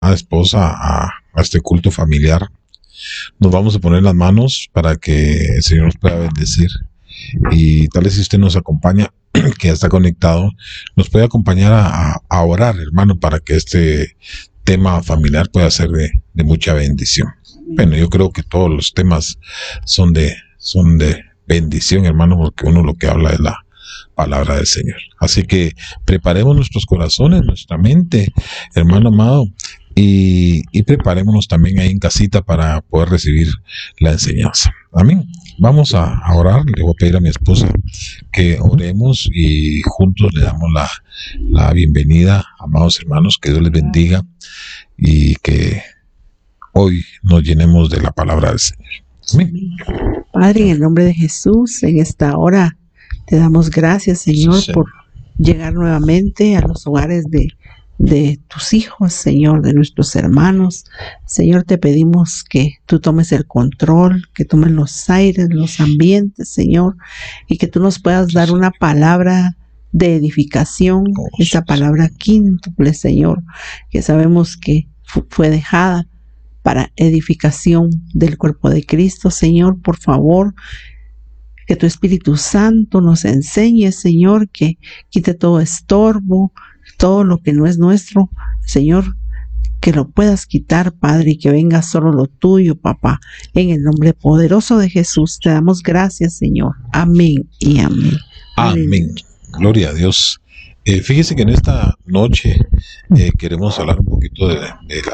esposa a este culto familiar. Nos vamos a poner las manos para que el Señor nos pueda bendecir. Y tal vez si usted nos acompaña, que ya está conectado, nos puede acompañar a orar, hermano, para que este tema familiar pueda ser de mucha bendición. Bueno, yo creo que todos los temas son de bendición, hermano, porque uno lo que habla es la palabra del Señor. Así que preparemos nuestros corazones, nuestra mente, hermano amado, y preparémonos también ahí en casita para poder recibir la enseñanza. Amén. Vamos a orar. Le voy a pedir a mi esposa que oremos y juntos le damos la bienvenida, amados hermanos, que Dios les bendiga y que hoy nos llenemos de la palabra del Señor. Amén. Padre, en el nombre de Jesús, en esta hora te damos gracias, Señor, Sí. por llegar nuevamente a los hogares de tus hijos, Señor, de nuestros hermanos. Señor, te pedimos que tú tomes el control, que tomes los aires, los ambientes, Señor, y que tú nos puedas dar una palabra de edificación, esa palabra quíntuple, Señor, que sabemos que fue dejada para edificación del cuerpo de Cristo. Señor, por favor, que tu Espíritu Santo nos enseñe, Señor, que quite todo estorbo, todo lo que no es nuestro, Señor, que lo puedas quitar, Padre, y que venga solo lo tuyo, papá. En el nombre poderoso de Jesús te damos gracias, Señor. Amén y amén. Amén. Gloria a Dios. Fíjese que en esta noche queremos hablar un poquito de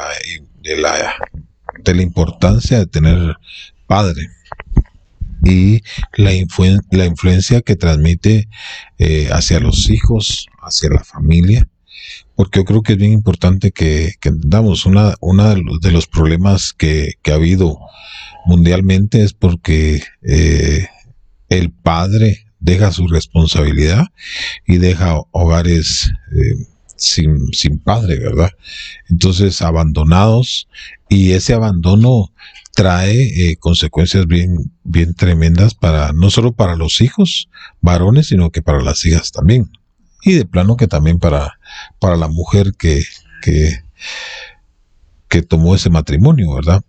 la importancia de tener padre y la influencia que transmite hacia los hijos, hacia la familia, porque yo creo que es bien importante que entendamos una de los problemas que ha habido mundialmente es porque el padre deja su responsabilidad y deja hogares sin padre, ¿verdad? Entonces abandonados, y ese abandono trae consecuencias bien tremendas no solo para los hijos varones, sino que para las hijas también, y de plano que también para la mujer que tomó ese matrimonio, ¿verdad?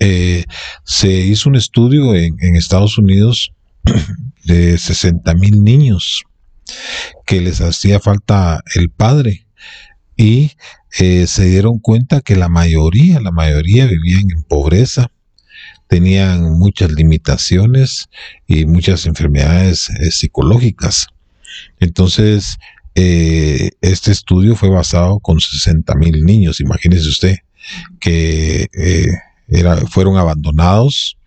Se hizo un estudio en Estados Unidos de 60,000 niños que les hacía falta el padre, y se dieron cuenta que la mayoría vivían en pobreza, tenían muchas limitaciones y muchas enfermedades psicológicas. Entonces, este estudio fue basado con 60,000 niños. Imagínese usted que fueron abandonados,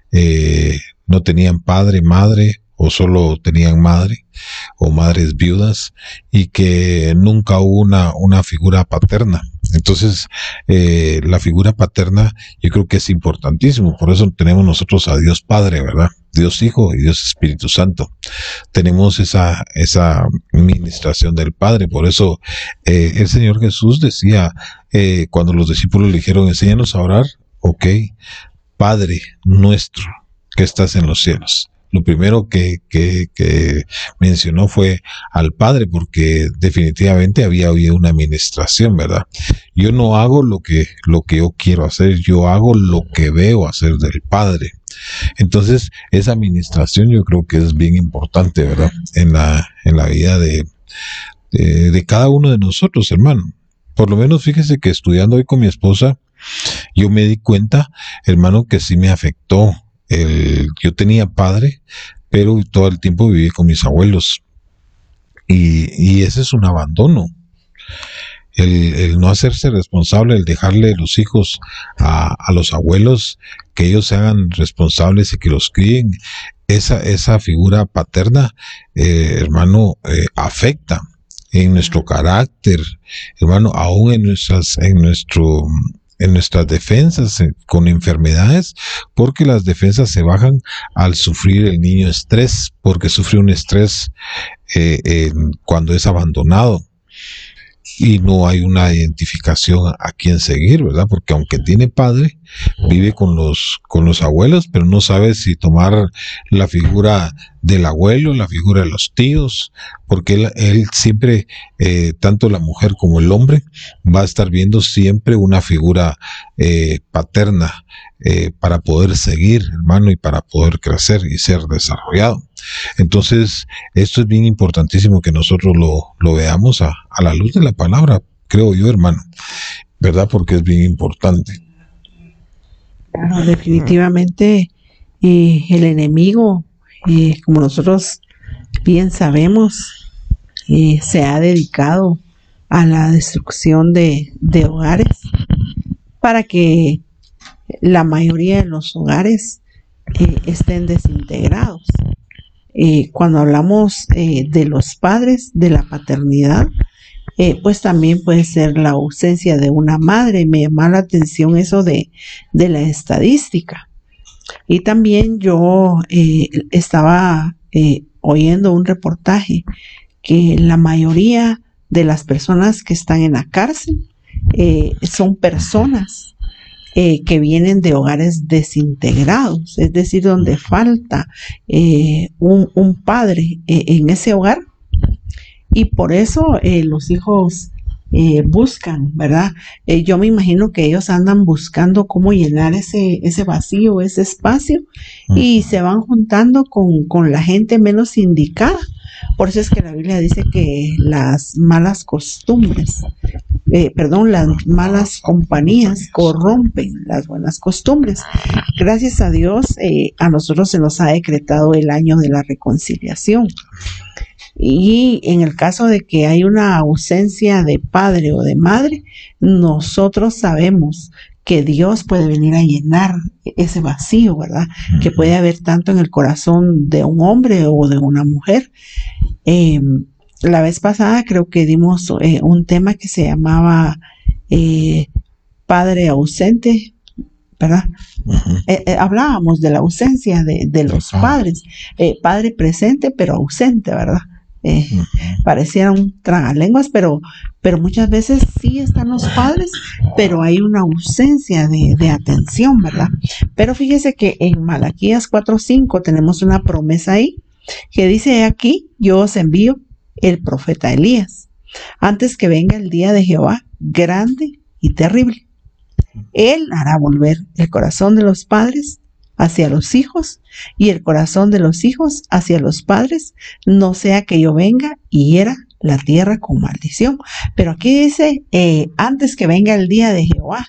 no tenían padre, madre, o solo tenían madre o madres viudas, y que nunca hubo una figura paterna. Entonces, la figura paterna yo creo que es importantísimo. Por eso tenemos nosotros a Dios Padre, ¿verdad? Dios Hijo y Dios Espíritu Santo. Tenemos esa ministración del Padre. Por eso el Señor Jesús decía, cuando los discípulos le dijeron, enséñanos a orar, ok, Padre nuestro que estás en los cielos. Lo primero que mencionó fue al Padre, porque definitivamente había habido una administración, ¿verdad? Yo no hago lo que yo quiero hacer, yo hago lo que veo hacer del Padre. Entonces, esa administración yo creo que es bien importante, ¿verdad? En la vida de cada uno de nosotros, hermano. Por lo menos fíjese que estudiando hoy con mi esposa, yo me di cuenta, hermano, que sí me afectó. Yo tenía padre, pero todo el tiempo viví con mis abuelos, y ese es un abandono, el no hacerse responsable, el dejarle los hijos a los abuelos, que ellos se hagan responsables y que los críen. Esa figura paterna, hermano, afecta en nuestro carácter, hermano, aún en nuestras defensas con enfermedades, porque las defensas se bajan al sufrir el niño estrés, porque sufre un estrés cuando es abandonado. y no hay una identificación a quién seguir, ¿verdad? Porque aunque tiene padre, vive con los abuelos, pero no sabe si tomar la figura del abuelo, la figura de los tíos, porque él siempre, tanto la mujer como el hombre, va a estar viendo siempre una figura paterna para poder seguir, hermano, y para poder crecer y ser desarrollado. Entonces, esto es bien importantísimo que nosotros lo veamos a la luz de la palabra, creo yo, hermano, ¿verdad? Porque es bien importante. Claro, definitivamente el enemigo, como nosotros bien sabemos, se ha dedicado a la destrucción de hogares para que la mayoría de los hogares estén desintegrados. Cuando hablamos de los padres, de la paternidad, pues también puede ser la ausencia de una madre. Me llama la atención eso de la estadística. Y también yo estaba oyendo un reportaje que la mayoría de las personas que están en la cárcel son personas que vienen de hogares desintegrados, es decir, donde falta un padre en ese hogar, y por eso los hijos buscan, ¿verdad? Yo me imagino que ellos andan buscando cómo llenar ese vacío, ese espacio, y se van juntando con la gente menos indicada. Por eso es que la Biblia dice que las malas costumbres, las malas compañías corrompen las buenas costumbres. Gracias a Dios, a nosotros se nos ha decretado el año de la reconciliación. Y en el caso de que hay una ausencia de padre o de madre, nosotros sabemos que Dios puede venir a llenar ese vacío, ¿verdad? Que puede haber tanto en el corazón de un hombre o de una mujer. La vez pasada creo que dimos un tema que se llamaba padre ausente, ¿verdad? Hablábamos de la ausencia de los padres, padre presente pero ausente, ¿verdad? Pareciera un tragalenguas, pero muchas veces sí están los padres, pero hay una ausencia de atención, ¿verdad? Pero fíjese que en Malaquías 4:5 tenemos una promesa ahí que dice: aquí yo os envío el profeta Elías, antes que venga el día de Jehová grande y terrible. Él hará volver el corazón de los padres hacia los hijos y el corazón de los hijos hacia los padres, no sea que yo venga y hiera la tierra con maldición. Pero aquí dice antes que venga el día de Jehová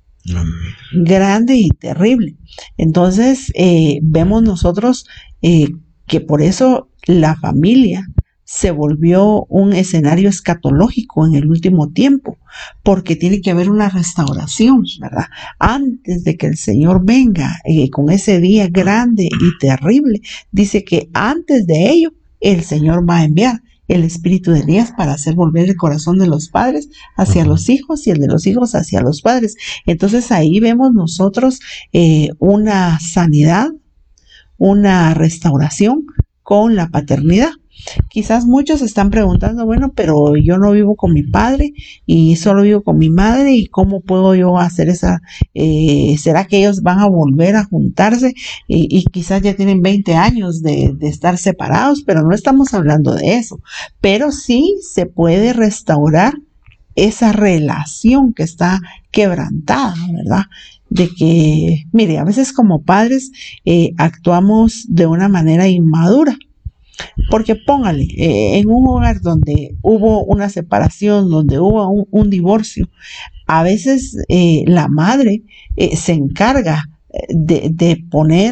grande y terrible. Entonces vemos nosotros que por eso la familia se volvió un escenario escatológico en el último tiempo, porque tiene que haber una restauración, ¿verdad? Antes de que el Señor venga con ese día grande y terrible, dice que antes de ello el Señor va a enviar el espíritu de Elías para hacer volver el corazón de los padres hacia los hijos y el de los hijos hacia los padres. Entonces ahí vemos nosotros una sanidad, una restauración con la paternidad. Quizás muchos están preguntando, bueno, pero yo no vivo con mi padre y solo vivo con mi madre, ¿y cómo puedo yo hacer esa? ¿Será que ellos van a volver a juntarse? Y quizás ya tienen 20 años de estar separados, pero no estamos hablando de eso. Pero sí se puede restaurar esa relación que está quebrantada, ¿verdad? De que, mire, a veces como padres actuamos de una manera inmadura. Porque póngale, en un hogar donde hubo una separación, donde hubo un divorcio, a veces la madre se encarga de poner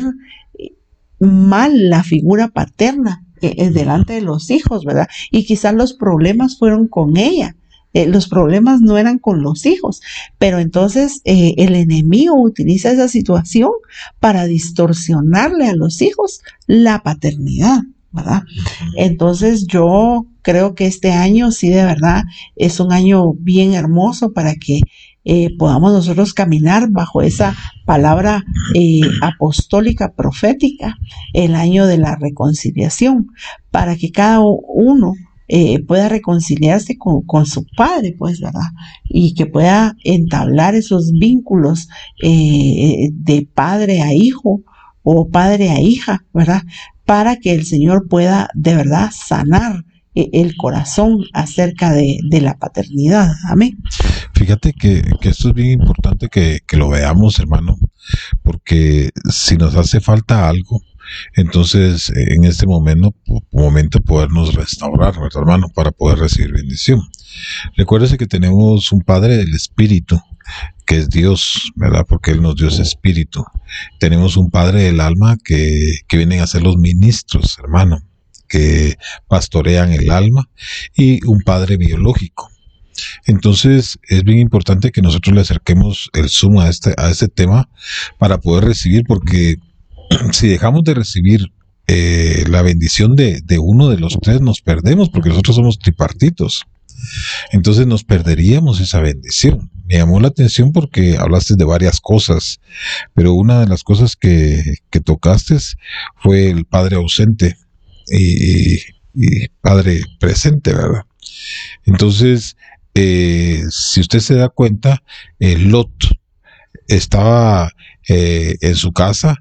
mal la figura paterna delante de los hijos, ¿verdad? Y quizás los problemas fueron con ella. Los problemas no eran con los hijos, pero entonces el enemigo utiliza esa situación para distorsionarle a los hijos la paternidad, ¿verdad? Entonces yo creo que este año sí de verdad es un año bien hermoso para que podamos nosotros caminar bajo esa palabra apostólica profética, el año de la reconciliación, para que cada uno pueda reconciliarse con su padre, pues, ¿verdad? Y que pueda entablar esos vínculos de padre a hijo o padre a hija, ¿verdad? Para que el Señor pueda de verdad sanar el corazón acerca de la paternidad. Amén. Fíjate que esto es bien importante que lo veamos, hermano, porque si nos hace falta algo, entonces en este momento podernos restaurar, ¿verdad, hermano? Para poder recibir bendición. Recuérdese que tenemos un Padre del Espíritu, que es Dios, ¿verdad? Porque Él nos dio ese espíritu. Tenemos un Padre del alma que vienen a ser los ministros, hermano, que pastorean el alma, y un Padre biológico. Entonces es bien importante que nosotros le acerquemos el zoom a este tema para poder recibir, porque si dejamos de recibir la bendición de uno de los tres, nos perdemos, porque nosotros somos tripartitos. Entonces nos perderíamos esa bendición. Me llamó la atención porque hablaste de varias cosas, pero una de las cosas que tocaste fue el padre ausente y padre presente, ¿verdad? Entonces, si usted se da cuenta, Lot estaba en su casa,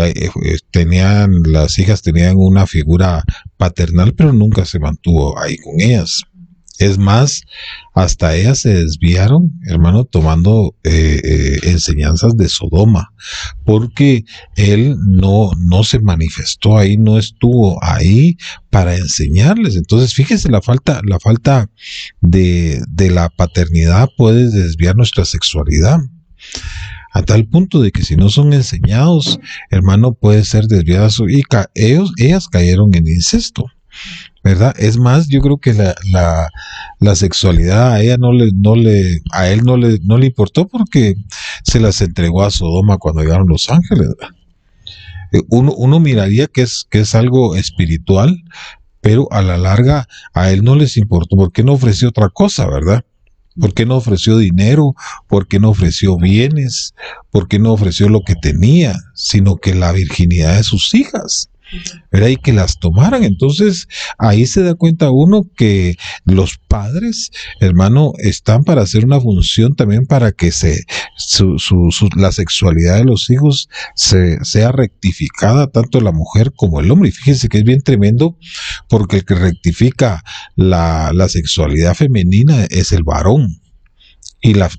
las hijas tenían una figura paternal, pero nunca se mantuvo ahí con ellas. Es más, hasta ellas se desviaron, hermano, tomando enseñanzas de Sodoma, porque él no se manifestó ahí, no estuvo ahí para enseñarles. Entonces, fíjese, la falta de la paternidad puede desviar nuestra sexualidad, a tal punto de que si no son enseñados, hermano, puede ser desviada y ellas cayeron en incesto, ¿verdad? Es más, yo creo que la sexualidad a ella a él no le importó, porque se las entregó a Sodoma cuando llegaron los ángeles, ¿verdad? Uno miraría que es algo espiritual, pero a la larga a él no les importó. ¿Por qué no ofreció otra cosa, verdad? ¿Por qué no ofreció dinero? ¿Por qué no ofreció bienes? ¿Por qué no ofreció lo que tenía? Sino que la virginidad de sus hijas, ¿verdad? Y que las tomaran. Entonces ahí se da cuenta uno que los padres, hermano, están para hacer una función también para que la sexualidad de los hijos sea rectificada, tanto la mujer como el hombre. Y fíjense que es bien tremendo, porque el que rectifica la sexualidad femenina es el varón, y la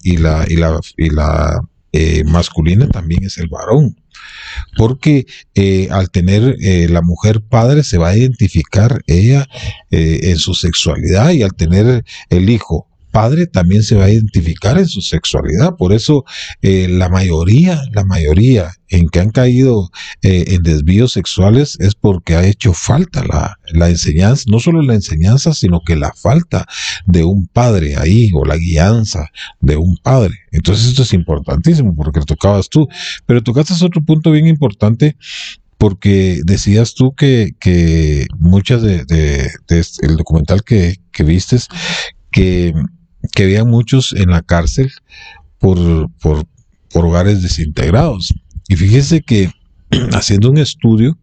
masculina también es el varón. Porque al tener la mujer padre, se va a identificar ella en su sexualidad, y al tener el hijo padre también se va a identificar en su sexualidad. Por eso la mayoría en que han caído en desvíos sexuales es porque ha hecho falta la enseñanza, no solo la enseñanza, sino que la falta de un padre ahí, o la guianza de un padre. Entonces esto es importantísimo, porque lo tocabas tú, pero tocaste otro punto bien importante, porque decías tú que muchas el documental que vistes, que había muchos en la cárcel por hogares desintegrados. Y fíjese que haciendo un estudio,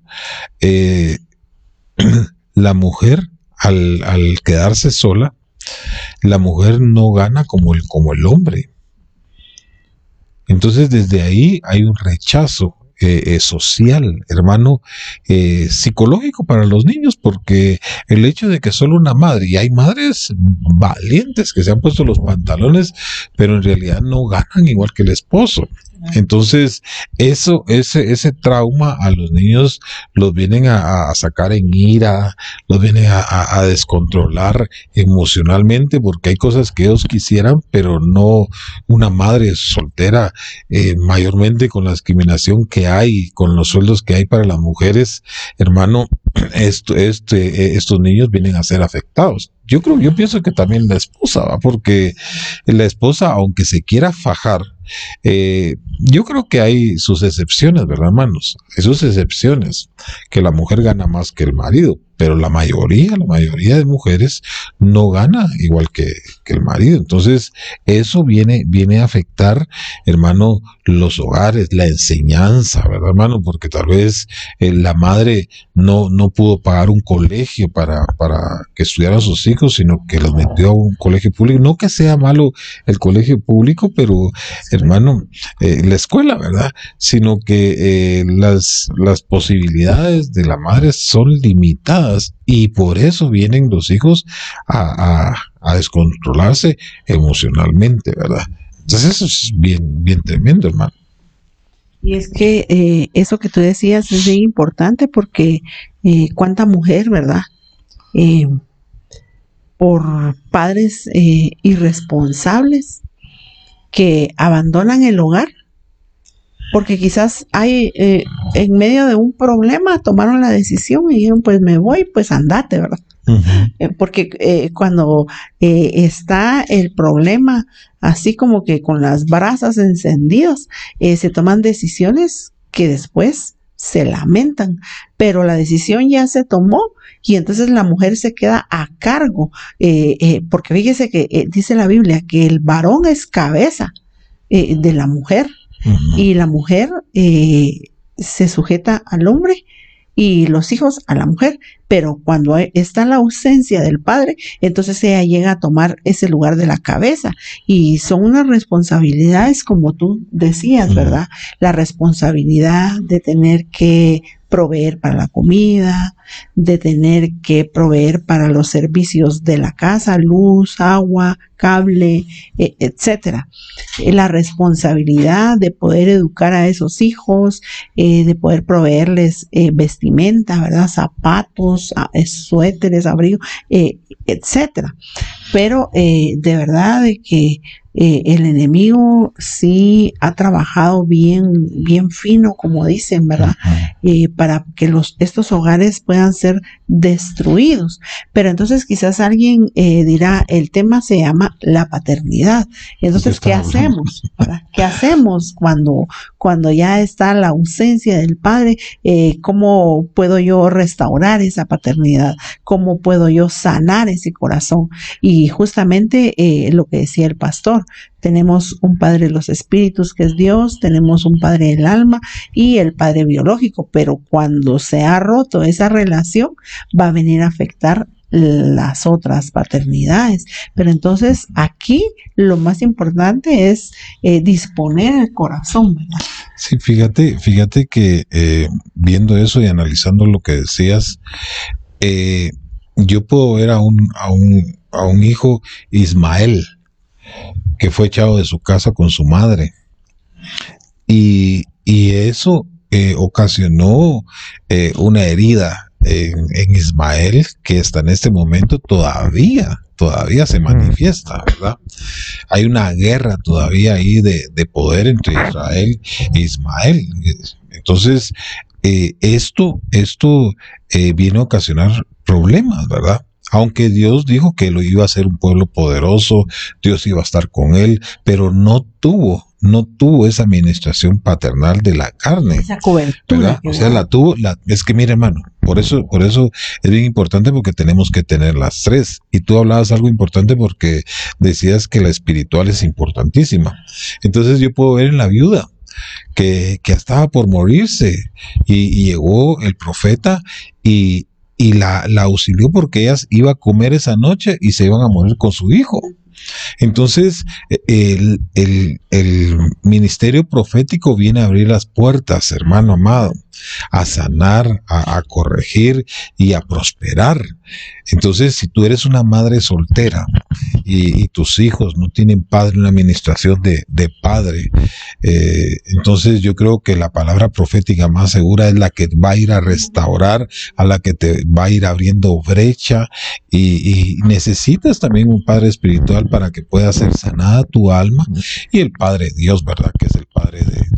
la mujer, al quedarse sola, la mujer no gana como el hombre. Entonces desde ahí hay un rechazo social, hermano, psicológico para los niños, porque el hecho de que solo una madre, y hay madres valientes que se han puesto los pantalones, pero en realidad no ganan igual que el esposo. Entonces, ese trauma a los niños los vienen a sacar en ira, los vienen a descontrolar emocionalmente, porque hay cosas que ellos quisieran, pero no una madre soltera, mayormente con la discriminación que hay, con los sueldos que hay para las mujeres, hermano, estos niños vienen a ser afectados. Yo pienso que también la esposa, ¿va? Porque la esposa, aunque se quiera fajar, yo creo que hay sus excepciones, ¿verdad, hermanos? Hay sus excepciones, que la mujer gana más que el marido, pero la mayoría de mujeres no gana igual que el marido. Entonces, eso viene a afectar, hermano, los hogares, la enseñanza, ¿verdad, hermano? Porque tal vez la madre no pudo pagar un colegio para que estudiaran sus hijos, sino que los metió a un colegio público. No que sea malo el colegio público, pero, hermano, la escuela, ¿verdad? Sino que las posibilidades de la madre son limitadas y por eso vienen los hijos a descontrolarse emocionalmente, ¿verdad? Entonces eso es bien tremendo, hermano. Y es que eso que tú decías es bien importante porque cuánta mujer, ¿verdad? Eh, por padres irresponsables que abandonan el hogar porque quizás hay en medio de un problema tomaron la decisión y dijeron pues me voy, pues andate, ¿verdad? Porque cuando está el problema así como que con las brasas encendidas, se toman decisiones que después se lamentan, pero la decisión ya se tomó y entonces la mujer se queda a cargo, porque fíjese que dice la Biblia que el varón es cabeza de la mujer. Y la mujer se sujeta al hombre y los hijos a la mujer, pero cuando está la ausencia del padre, entonces ella llega a tomar ese lugar de la cabeza y son unas responsabilidades como tú decías, ¿verdad? La responsabilidad de tener que proveer para la comida, de tener que proveer para los servicios de la casa, luz, agua, cable, etcétera. La responsabilidad de poder educar a esos hijos, de poder proveerles vestimenta, ¿verdad? Zapatos, suéteres, abrigos, etcétera. Pero de verdad de que el enemigo sí ha trabajado bien fino, como dicen, ¿verdad? Para que estos hogares puedan ser destruidos. Pero entonces quizás alguien dirá, el tema se llama la paternidad. Entonces, ¿qué hacemos? ¿Verdad? ¿Qué hacemos cuando ya está la ausencia del padre? ¿Cómo puedo yo restaurar esa paternidad? ¿Cómo puedo yo sanar ese corazón? Y justamente lo que decía el pastor, tenemos un padre de los espíritus que es Dios, tenemos un padre del alma y el padre biológico, pero cuando se ha roto esa relación va a venir a afectar las otras paternidades. Pero entonces aquí lo más importante es disponer el corazón, ¿verdad? Sí, fíjate que viendo eso y analizando lo que decías, yo puedo ver a un hijo, Ismael, que fue echado de su casa con su madre. Y eso ocasionó una herida en Ismael que hasta en este momento todavía se manifiesta, ¿verdad? Hay una guerra todavía ahí de poder entre Israel e Ismael. Entonces, esto viene a ocasionar problemas, ¿verdad? Aunque Dios dijo que lo iba a ser un pueblo poderoso, Dios iba a estar con él, pero no tuvo esa administración paternal de la carne. Esa cobertura. ¿Verdad? O sea, es que mira, hermano, por eso es bien importante porque tenemos que tener las tres. Y tú hablabas algo importante porque decías que la espiritual es importantísima. Entonces yo puedo ver en la viuda que estaba por morirse y llegó el profeta y la auxilió porque ella iba a comer esa noche y se iban a morir con su hijo. Entonces, el ministerio profético viene a abrir las puertas, hermano amado, a sanar, a corregir y a prosperar. Entonces, si tú eres una madre soltera y tus hijos no tienen padre, una administración de padre, entonces yo creo que la palabra profética más segura es la que va a ir a restaurar, a la que te va a ir abriendo brecha y necesitas también un padre espiritual para que pueda ser sanada tu alma y el Padre Dios, ¿verdad? Que es el Padre de tu espíritu.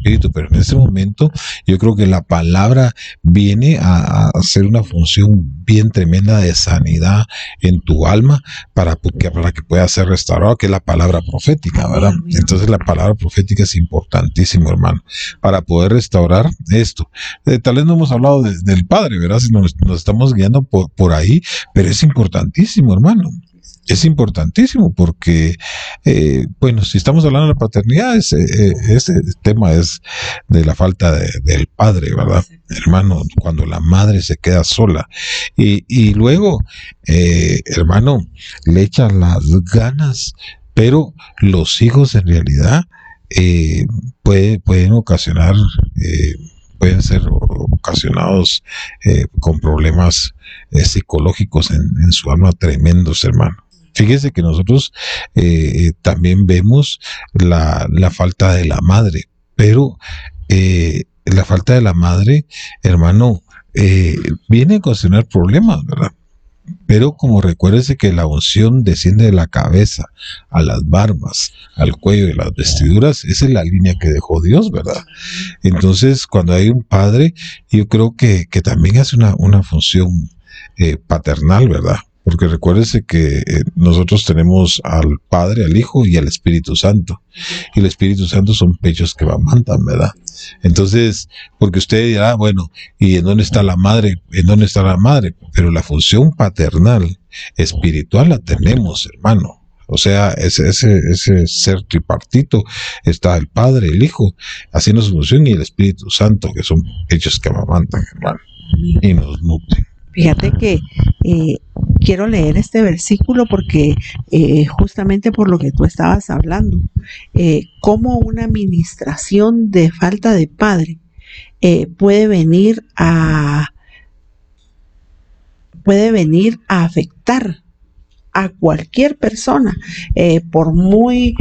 espíritu, pero en ese momento yo creo que la palabra viene a hacer una función bien tremenda de sanidad en tu alma para que pueda ser restaurado, que es la palabra profética, ¿verdad? Entonces la palabra profética es importantísimo, hermano, para poder restaurar esto. Tal vez no hemos hablado del Padre, ¿verdad? Si nos estamos guiando por ahí, pero es importantísimo, hermano. Es importantísimo porque, bueno, si estamos hablando de la paternidad, ese tema es de la falta del padre, ¿verdad? Hermano, cuando la madre se queda sola. Y luego, hermano, le echan las ganas, pero los hijos en realidad pueden ocasionar, pueden ser ocasionados con problemas psicológicos en su alma tremendos, hermano. Fíjese que nosotros también vemos la falta de la madre, pero la falta de la madre, hermano, viene a ocasionar problemas, ¿verdad? Pero como recuérdese que la unción desciende de la cabeza a las barbas, al cuello y las vestiduras, esa es la línea que dejó Dios, ¿verdad? Entonces, cuando hay un padre, yo creo que también hace una función paternal, ¿verdad? Porque recuérdese que nosotros tenemos al Padre, al Hijo y al Espíritu Santo. Y el Espíritu Santo son pechos que amamantan, ¿verdad? Entonces, porque usted dirá, bueno, ¿y en dónde está la madre? ¿En dónde está la madre? Pero la función paternal, espiritual, la tenemos, hermano. O sea, ese ser tripartito, está el Padre, el Hijo, haciendo su función, y el Espíritu Santo, que son pechos que amamantan, hermano, y nos nutren. Fíjate que quiero leer este versículo porque justamente por lo que tú estabas hablando, cómo una administración de falta de padre puede venir a afectar a cualquier persona, por muy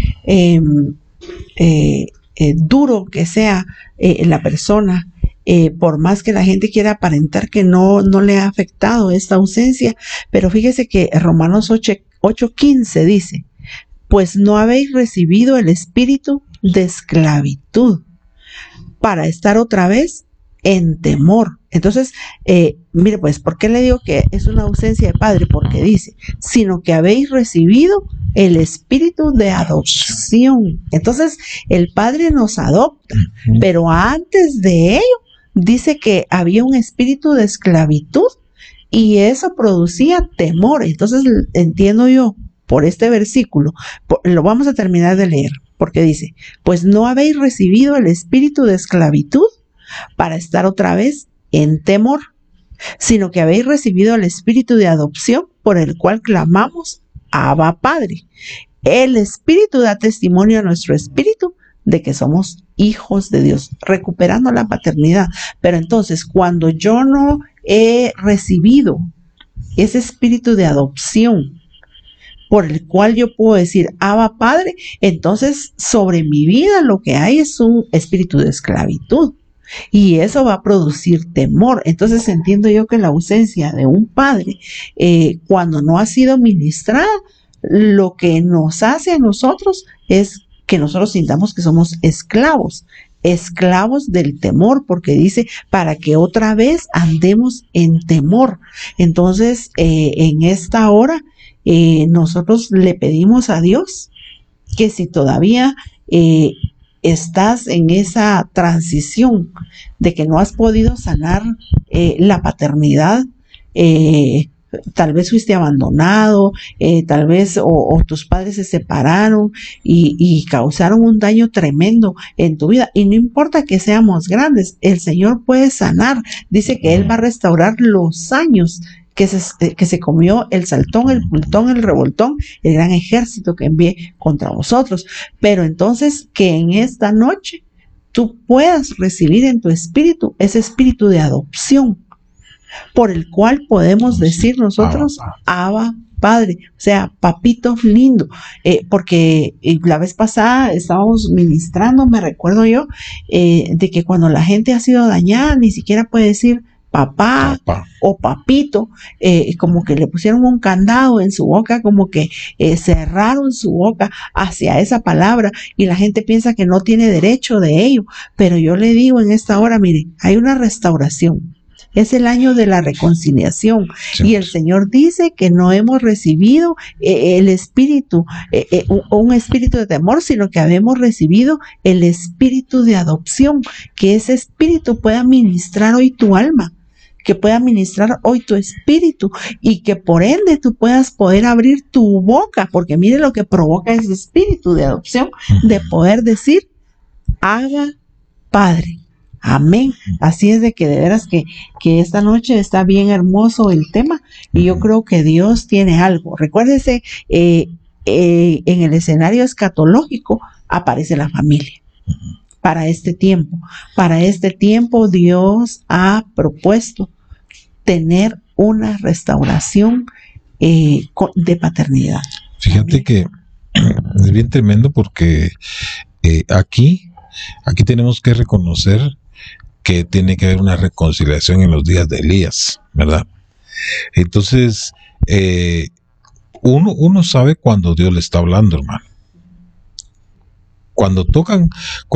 duro que sea la persona. Por más que la gente quiera aparentar que no le ha afectado esta ausencia, pero fíjese que Romanos 8:15 dice, pues no habéis recibido el espíritu de esclavitud para estar otra vez en temor. Entonces, mire pues, ¿por qué le digo que es una ausencia de padre? Porque dice, sino que habéis recibido el espíritu de adopción. Entonces, el padre nos adopta, pero antes de ello, dice que había un espíritu de esclavitud y eso producía temor. Entonces entiendo yo por este versículo, lo vamos a terminar de leer, porque dice, pues no habéis recibido el espíritu de esclavitud para estar otra vez en temor, sino que habéis recibido el espíritu de adopción por el cual clamamos, Abba Padre. El espíritu da testimonio a nuestro espíritu de que somos hijos de Dios, recuperando la paternidad. Pero entonces, cuando yo no he recibido ese espíritu de adopción por el cual yo puedo decir Abba Padre, entonces sobre mi vida lo que hay es un espíritu de esclavitud y eso va a producir temor. Entonces entiendo yo que la ausencia de un padre, cuando no ha sido ministrada, lo que nos hace a nosotros es que nosotros sintamos que somos esclavos del temor, porque dice, para que otra vez andemos en temor. Entonces, en esta hora, nosotros le pedimos a Dios que si todavía estás en esa transición de que no has podido sanar la paternidad, tal vez fuiste abandonado, tal vez o tus padres se separaron y causaron un daño tremendo en tu vida. Y no importa que seamos grandes, el Señor puede sanar. Dice que Él va a restaurar los años que se comió el saltón, el pultón, el revoltón, el gran ejército que envié contra vosotros. Pero entonces que en esta noche tú puedas recibir en tu espíritu ese espíritu de adopción, por el cual podemos decir nosotros, Abba Padre, o sea, papito lindo, porque la vez pasada estábamos ministrando, me recuerdo yo, de que cuando la gente ha sido dañada, ni siquiera puede decir papá Papá. o papito, como que le pusieron un candado en su boca, como que cerraron su boca hacia esa palabra y la gente piensa que no tiene derecho de ello. Pero yo le digo en esta hora, mire, hay una restauración. Es el año de la reconciliación. Sí. Y el Señor dice que no hemos recibido el espíritu, un espíritu de temor, sino que habemos recibido el espíritu de adopción, que ese espíritu pueda ministrar hoy tu alma, que pueda ministrar hoy tu espíritu y que por ende tú puedas poder abrir tu boca, porque mire lo que provoca ese espíritu de adopción, de poder decir, haga Padre. Amén. Así es de que de veras que esta noche está bien hermoso el tema y yo creo que Dios tiene algo. Recuérdese, en el escenario escatológico aparece la familia. Para este tiempo Dios ha propuesto tener una restauración de paternidad. Fíjate Amén. que es bien tremendo porque aquí tenemos que reconocer que tiene que haber una reconciliación en los días de Elías, ¿verdad? Entonces, uno sabe cuando Dios le está hablando, hermano. Cuando tocan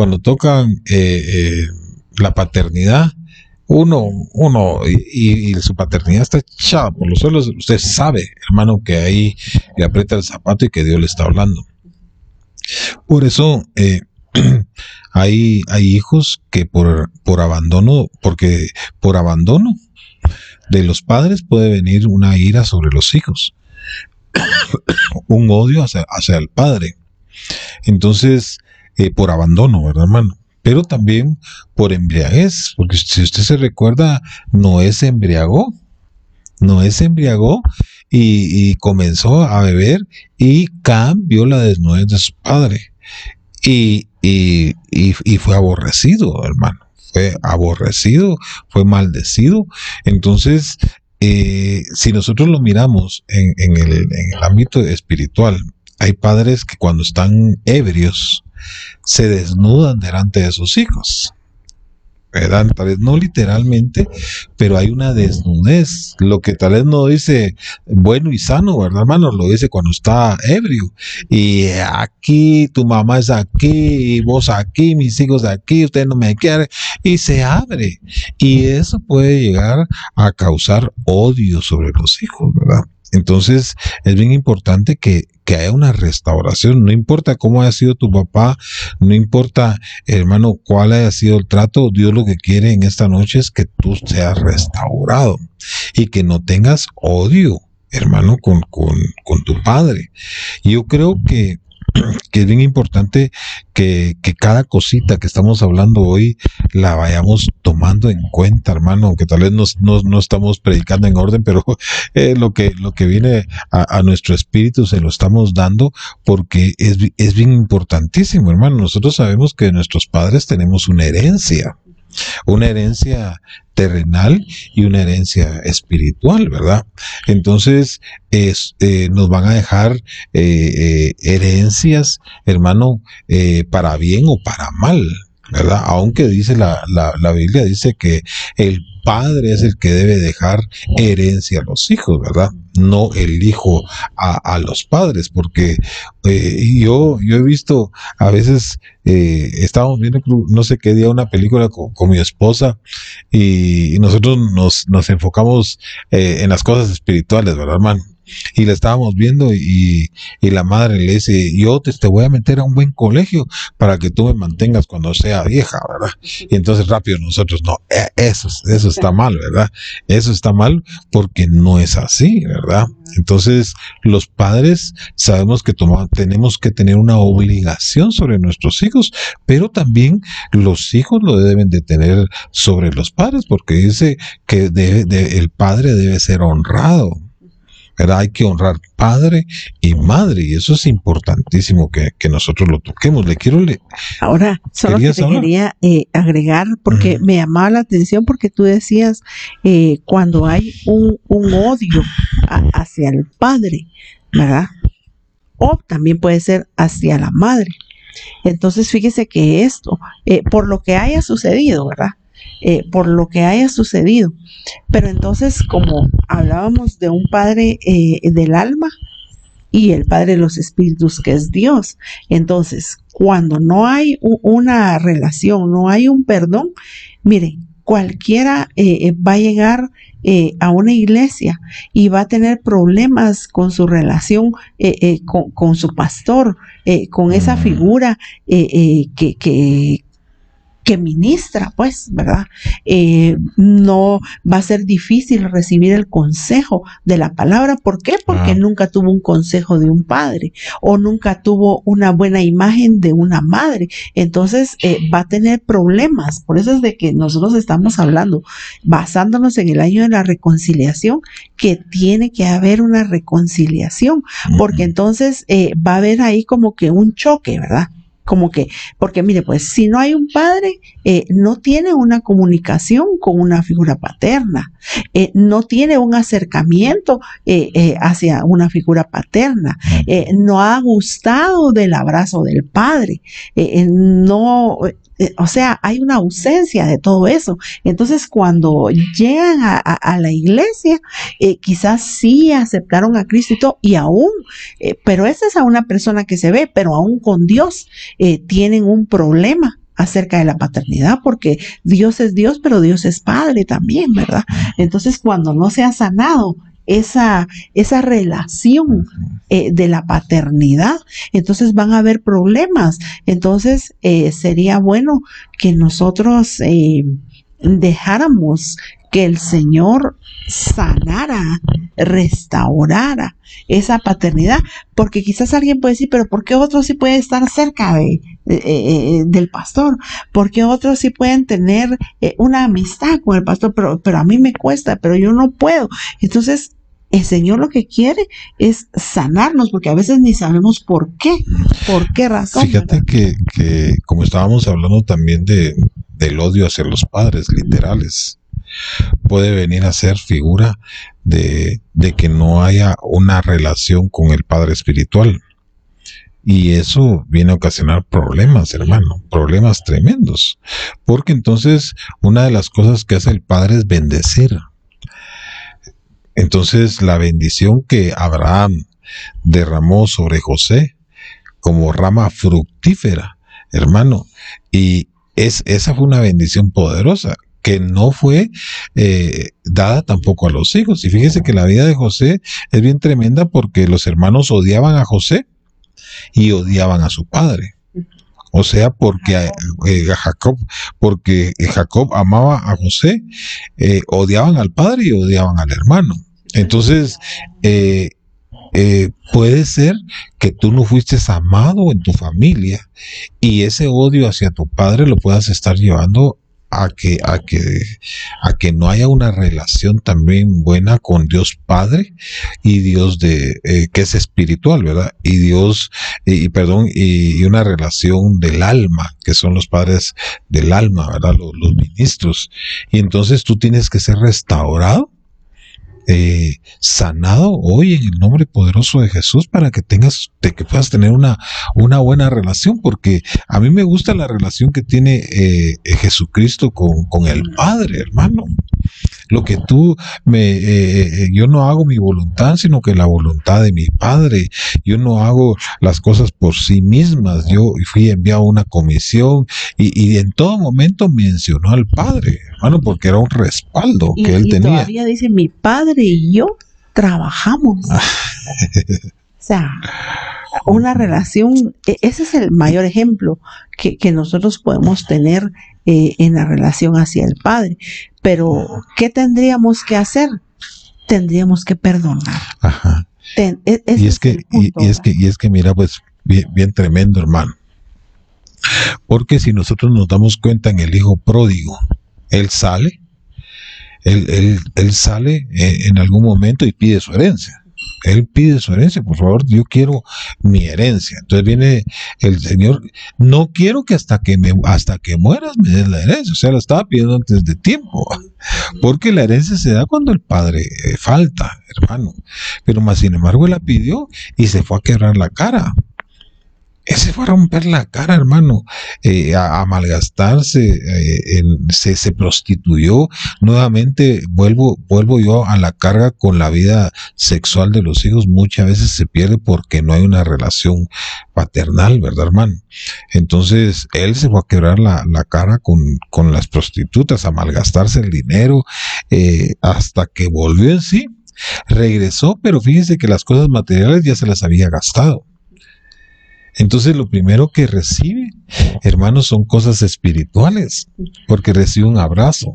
la paternidad, uno y su paternidad está echada por los suelos, usted sabe, hermano, que ahí le aprieta el zapato y que Dios le está hablando. Por eso, hay hijos que por abandono, porque por abandono de los padres puede venir una ira sobre los hijos, un odio hacia el padre. Entonces, por abandono, ¿verdad, hermano? Pero también por embriaguez, porque si usted se recuerda, Noé se embriagó y comenzó a beber y cambió la desnudez de su padre. Y fue aborrecido, hermano. Fue aborrecido, fue maldecido. Entonces, si nosotros lo miramos en el ámbito espiritual, hay padres que cuando están ebrios se desnudan delante de sus hijos, ¿verdad? Tal vez no literalmente, pero hay una desnudez, lo que tal vez no dice bueno y sano, ¿verdad, hermano? Lo dice cuando está ebrio. Y aquí, tu mamá es aquí, y vos aquí, mis hijos aquí, usted no me quiere, y se abre. Y eso puede llegar a causar odio sobre los hijos, ¿verdad? Entonces, es bien importante que haya una restauración. No importa cómo haya sido tu papá, no importa, hermano, cuál haya sido el trato. Dios lo que quiere en esta noche es que tú seas restaurado y que no tengas odio, hermano, con tu padre. Yo creo que es bien importante que cada cosita que estamos hablando hoy la vayamos tomando en cuenta, hermano, aunque tal vez no estamos predicando en orden, pero lo que viene a nuestro espíritu se lo estamos dando porque es bien importantísimo, hermano. Nosotros sabemos que de nuestros padres tenemos una herencia terrenal y una herencia espiritual, ¿verdad? Entonces, nos van a dejar herencias, hermano, para bien o para mal, ¿verdad? Aunque dice la Biblia, dice que el padre es el que debe dejar herencia a los hijos, ¿verdad? No el hijo a los padres, porque yo he visto a veces, estábamos viendo no sé qué día una película con mi esposa y nosotros nos enfocamos en las cosas espirituales, ¿verdad, hermano? Y la estábamos viendo y la madre le dice, yo te voy a meter a un buen colegio para que tú me mantengas cuando sea vieja, ¿verdad? Y entonces rápido nosotros, no, eso está mal, ¿verdad? Eso está mal porque no es así, ¿verdad? Entonces los padres sabemos que tenemos que tener una obligación sobre nuestros hijos, pero también los hijos lo deben de tener sobre los padres, porque dice que el padre debe ser honrado, ¿verdad? Hay que honrar padre y madre, y eso es importantísimo que nosotros lo toquemos. Ahora, solo que te quería agregar, porque me llamaba la atención, porque tú decías, cuando hay un odio hacia el padre, ¿verdad? O también puede ser hacia la madre. Entonces, fíjese que esto, por lo que haya sucedido, ¿verdad? por lo que haya sucedido. Pero entonces, como hablábamos de un padre del alma y el padre de los espíritus, que es Dios, entonces cuando no hay una relación, no hay un perdón, miren, cualquiera va a llegar a una iglesia y va a tener problemas con su relación con su pastor, con esa figura que ministra, pues, ¿verdad? No va a ser difícil recibir el consejo de la palabra. ¿Por qué? Porque nunca tuvo un consejo de un padre o nunca tuvo una buena imagen de una madre. Entonces, va a tener problemas. Por eso es de que nosotros estamos hablando, basándonos en el año de la reconciliación, que tiene que haber una reconciliación, porque entonces va a haber ahí como que un choque, ¿verdad? Como que, porque mire, pues si no hay un padre, no tiene una comunicación con una figura paterna, no tiene un acercamiento hacia una figura paterna, no ha gustado del abrazo del padre, no, o sea, hay una ausencia de todo eso. Entonces, cuando llegan a la iglesia, quizás sí aceptaron a Cristo y todo, y aún, pero esa es a una persona que se ve, pero aún con Dios tienen un problema acerca de la paternidad, porque Dios es Dios, pero Dios es Padre también, ¿verdad? Entonces, cuando no se ha sanado esa relación de la paternidad, entonces van a haber problemas. Entonces, sería bueno que nosotros dejáramos que el Señor sanara, restaurara esa paternidad, porque quizás alguien puede decir, pero ¿por qué otros sí pueden estar cerca del pastor? ¿Por qué otros sí pueden tener una amistad con el pastor? Pero a mí me cuesta, pero yo no puedo. Entonces, el Señor lo que quiere es sanarnos, porque a veces ni sabemos por qué razón. Fíjate que como estábamos hablando también del odio hacia los padres literales, puede venir a ser figura de que no haya una relación con el padre espiritual. Y eso viene a ocasionar problemas, hermano, problemas tremendos. Porque entonces una de las cosas que hace el padre es bendecir. Entonces la bendición que Abraham derramó sobre José como rama fructífera, hermano, y esa fue una bendición poderosa que no fue dada tampoco a los hijos. Y fíjese que la vida de José es bien tremenda, porque los hermanos odiaban a José y odiaban a su padre. O sea, porque Jacob amaba a José, odiaban al padre y odiaban al hermano. Entonces, puede ser que tú no fuiste amado en tu familia y ese odio hacia tu padre lo puedas estar llevando a que no haya una relación también buena con Dios Padre y Dios que es espiritual, ¿verdad? Y Dios, y una relación del alma, que son los padres del alma, ¿verdad? Los ministros. Y entonces tú tienes que ser restaurado, sanado hoy en el nombre poderoso de Jesús, para que puedas tener una buena relación, porque a mí me gusta la relación que tiene Jesucristo con el Padre, hermano. Lo que yo no hago mi voluntad, sino que la voluntad de mi Padre. Yo no hago las cosas por sí mismas. Yo fui enviado a una comisión y en todo momento mencionó al Padre, hermano, porque era un respaldo que él tenía. Y todavía dice, mi Padre y yo trabajamos. O sea, una relación, ese es el mayor ejemplo que nosotros podemos tener en la relación hacia el Padre. Pero, ¿qué tendríamos que hacer? Tendríamos que perdonar. Ajá. Y es que mira, pues, bien tremendo, hermano. Porque si nosotros nos damos cuenta en el hijo pródigo, él sale en algún momento y pide su herencia. Él pide su herencia, por favor, yo quiero mi herencia. Entonces viene el Señor, no quiero que hasta que mueras me des la herencia. O sea, la estaba pidiendo antes de tiempo, porque la herencia se da cuando el padre falta, hermano. Pero más sin embargo él la pidió y se fue a quebrar la cara. Él se fue a romper la cara, hermano, a malgastarse, se prostituyó. Nuevamente vuelvo yo a la carga con la vida sexual de los hijos. Muchas veces se pierde porque no hay una relación paternal, ¿verdad, hermano? Entonces, él se fue a quebrar la cara con las prostitutas, a malgastarse el dinero, hasta que volvió en sí. Regresó, pero fíjese que las cosas materiales ya se las había gastado. Entonces lo primero que recibe, hermanos, son cosas espirituales, porque recibe un abrazo.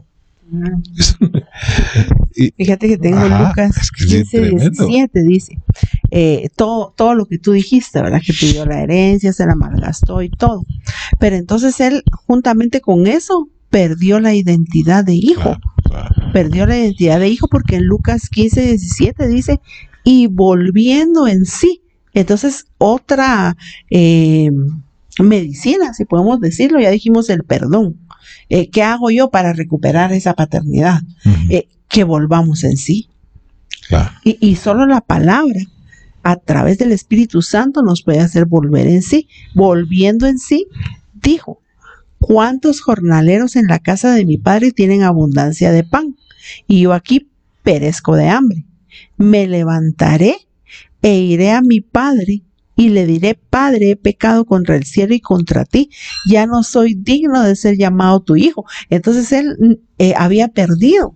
Fíjate que tengo Lucas 15:17, dice, todo lo que tú dijiste, ¿verdad? Que pidió la herencia, se la malgastó y todo. Pero entonces él, juntamente con eso, perdió la identidad de hijo. Perdió la identidad de hijo porque en Lucas 15:17 dice, y volviendo en sí. Entonces, otra medicina, si podemos decirlo, ya dijimos el perdón. ¿Qué hago yo para recuperar esa paternidad? Que volvamos en sí. Claro. Y solo la palabra, a través del Espíritu Santo, nos puede hacer volver en sí. Volviendo en sí, dijo, ¿cuántos jornaleros en la casa de mi padre tienen abundancia de pan? Y yo aquí perezco de hambre. Me levantaré e iré a mi padre y le diré, Padre, he pecado contra el cielo y contra ti, ya no soy digno de ser llamado tu hijo. Entonces él había perdido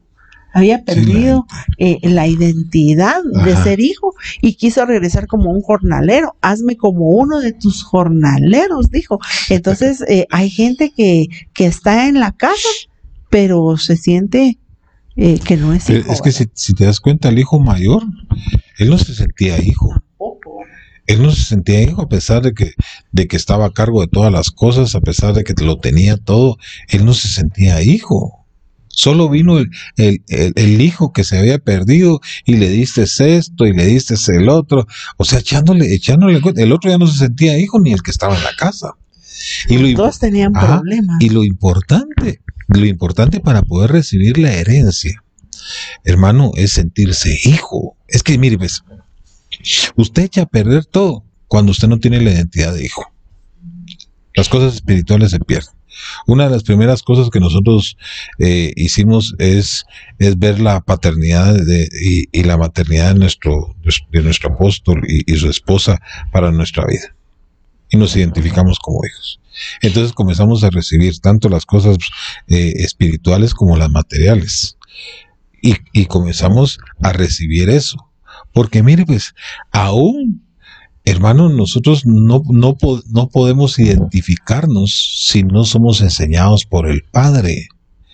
la identidad de ser hijo y quiso regresar como un jornalero. Hazme como uno de tus jornaleros, dijo. Entonces hay gente que está en la casa, pero se siente que no es hijo. Es que si te das cuenta, el hijo mayor, él no se sentía hijo. Él no se sentía hijo a pesar de que estaba a cargo de todas las cosas, a pesar de que lo tenía todo. Él no se sentía hijo. Solo vino el hijo que se había perdido y le diste esto y le diste el otro. O sea, echándole cuenta. El otro ya no se sentía hijo ni el que estaba en la casa. Y todos tenían problemas. Y lo importante para poder recibir la herencia, hermano, es sentirse hijo. Es que, mire, pues, usted echa a perder todo cuando usted no tiene la identidad de hijo. Las cosas espirituales se pierden. Una de las primeras cosas que nosotros hicimos es ver la paternidad y la maternidad de nuestro apóstol y su esposa para nuestra vida. Y nos identificamos como hijos. Entonces comenzamos a recibir tanto las cosas espirituales como las materiales. Y comenzamos a recibir eso. Porque mire, pues, aún, hermanos, nosotros no podemos identificarnos si no somos enseñados por el Padre.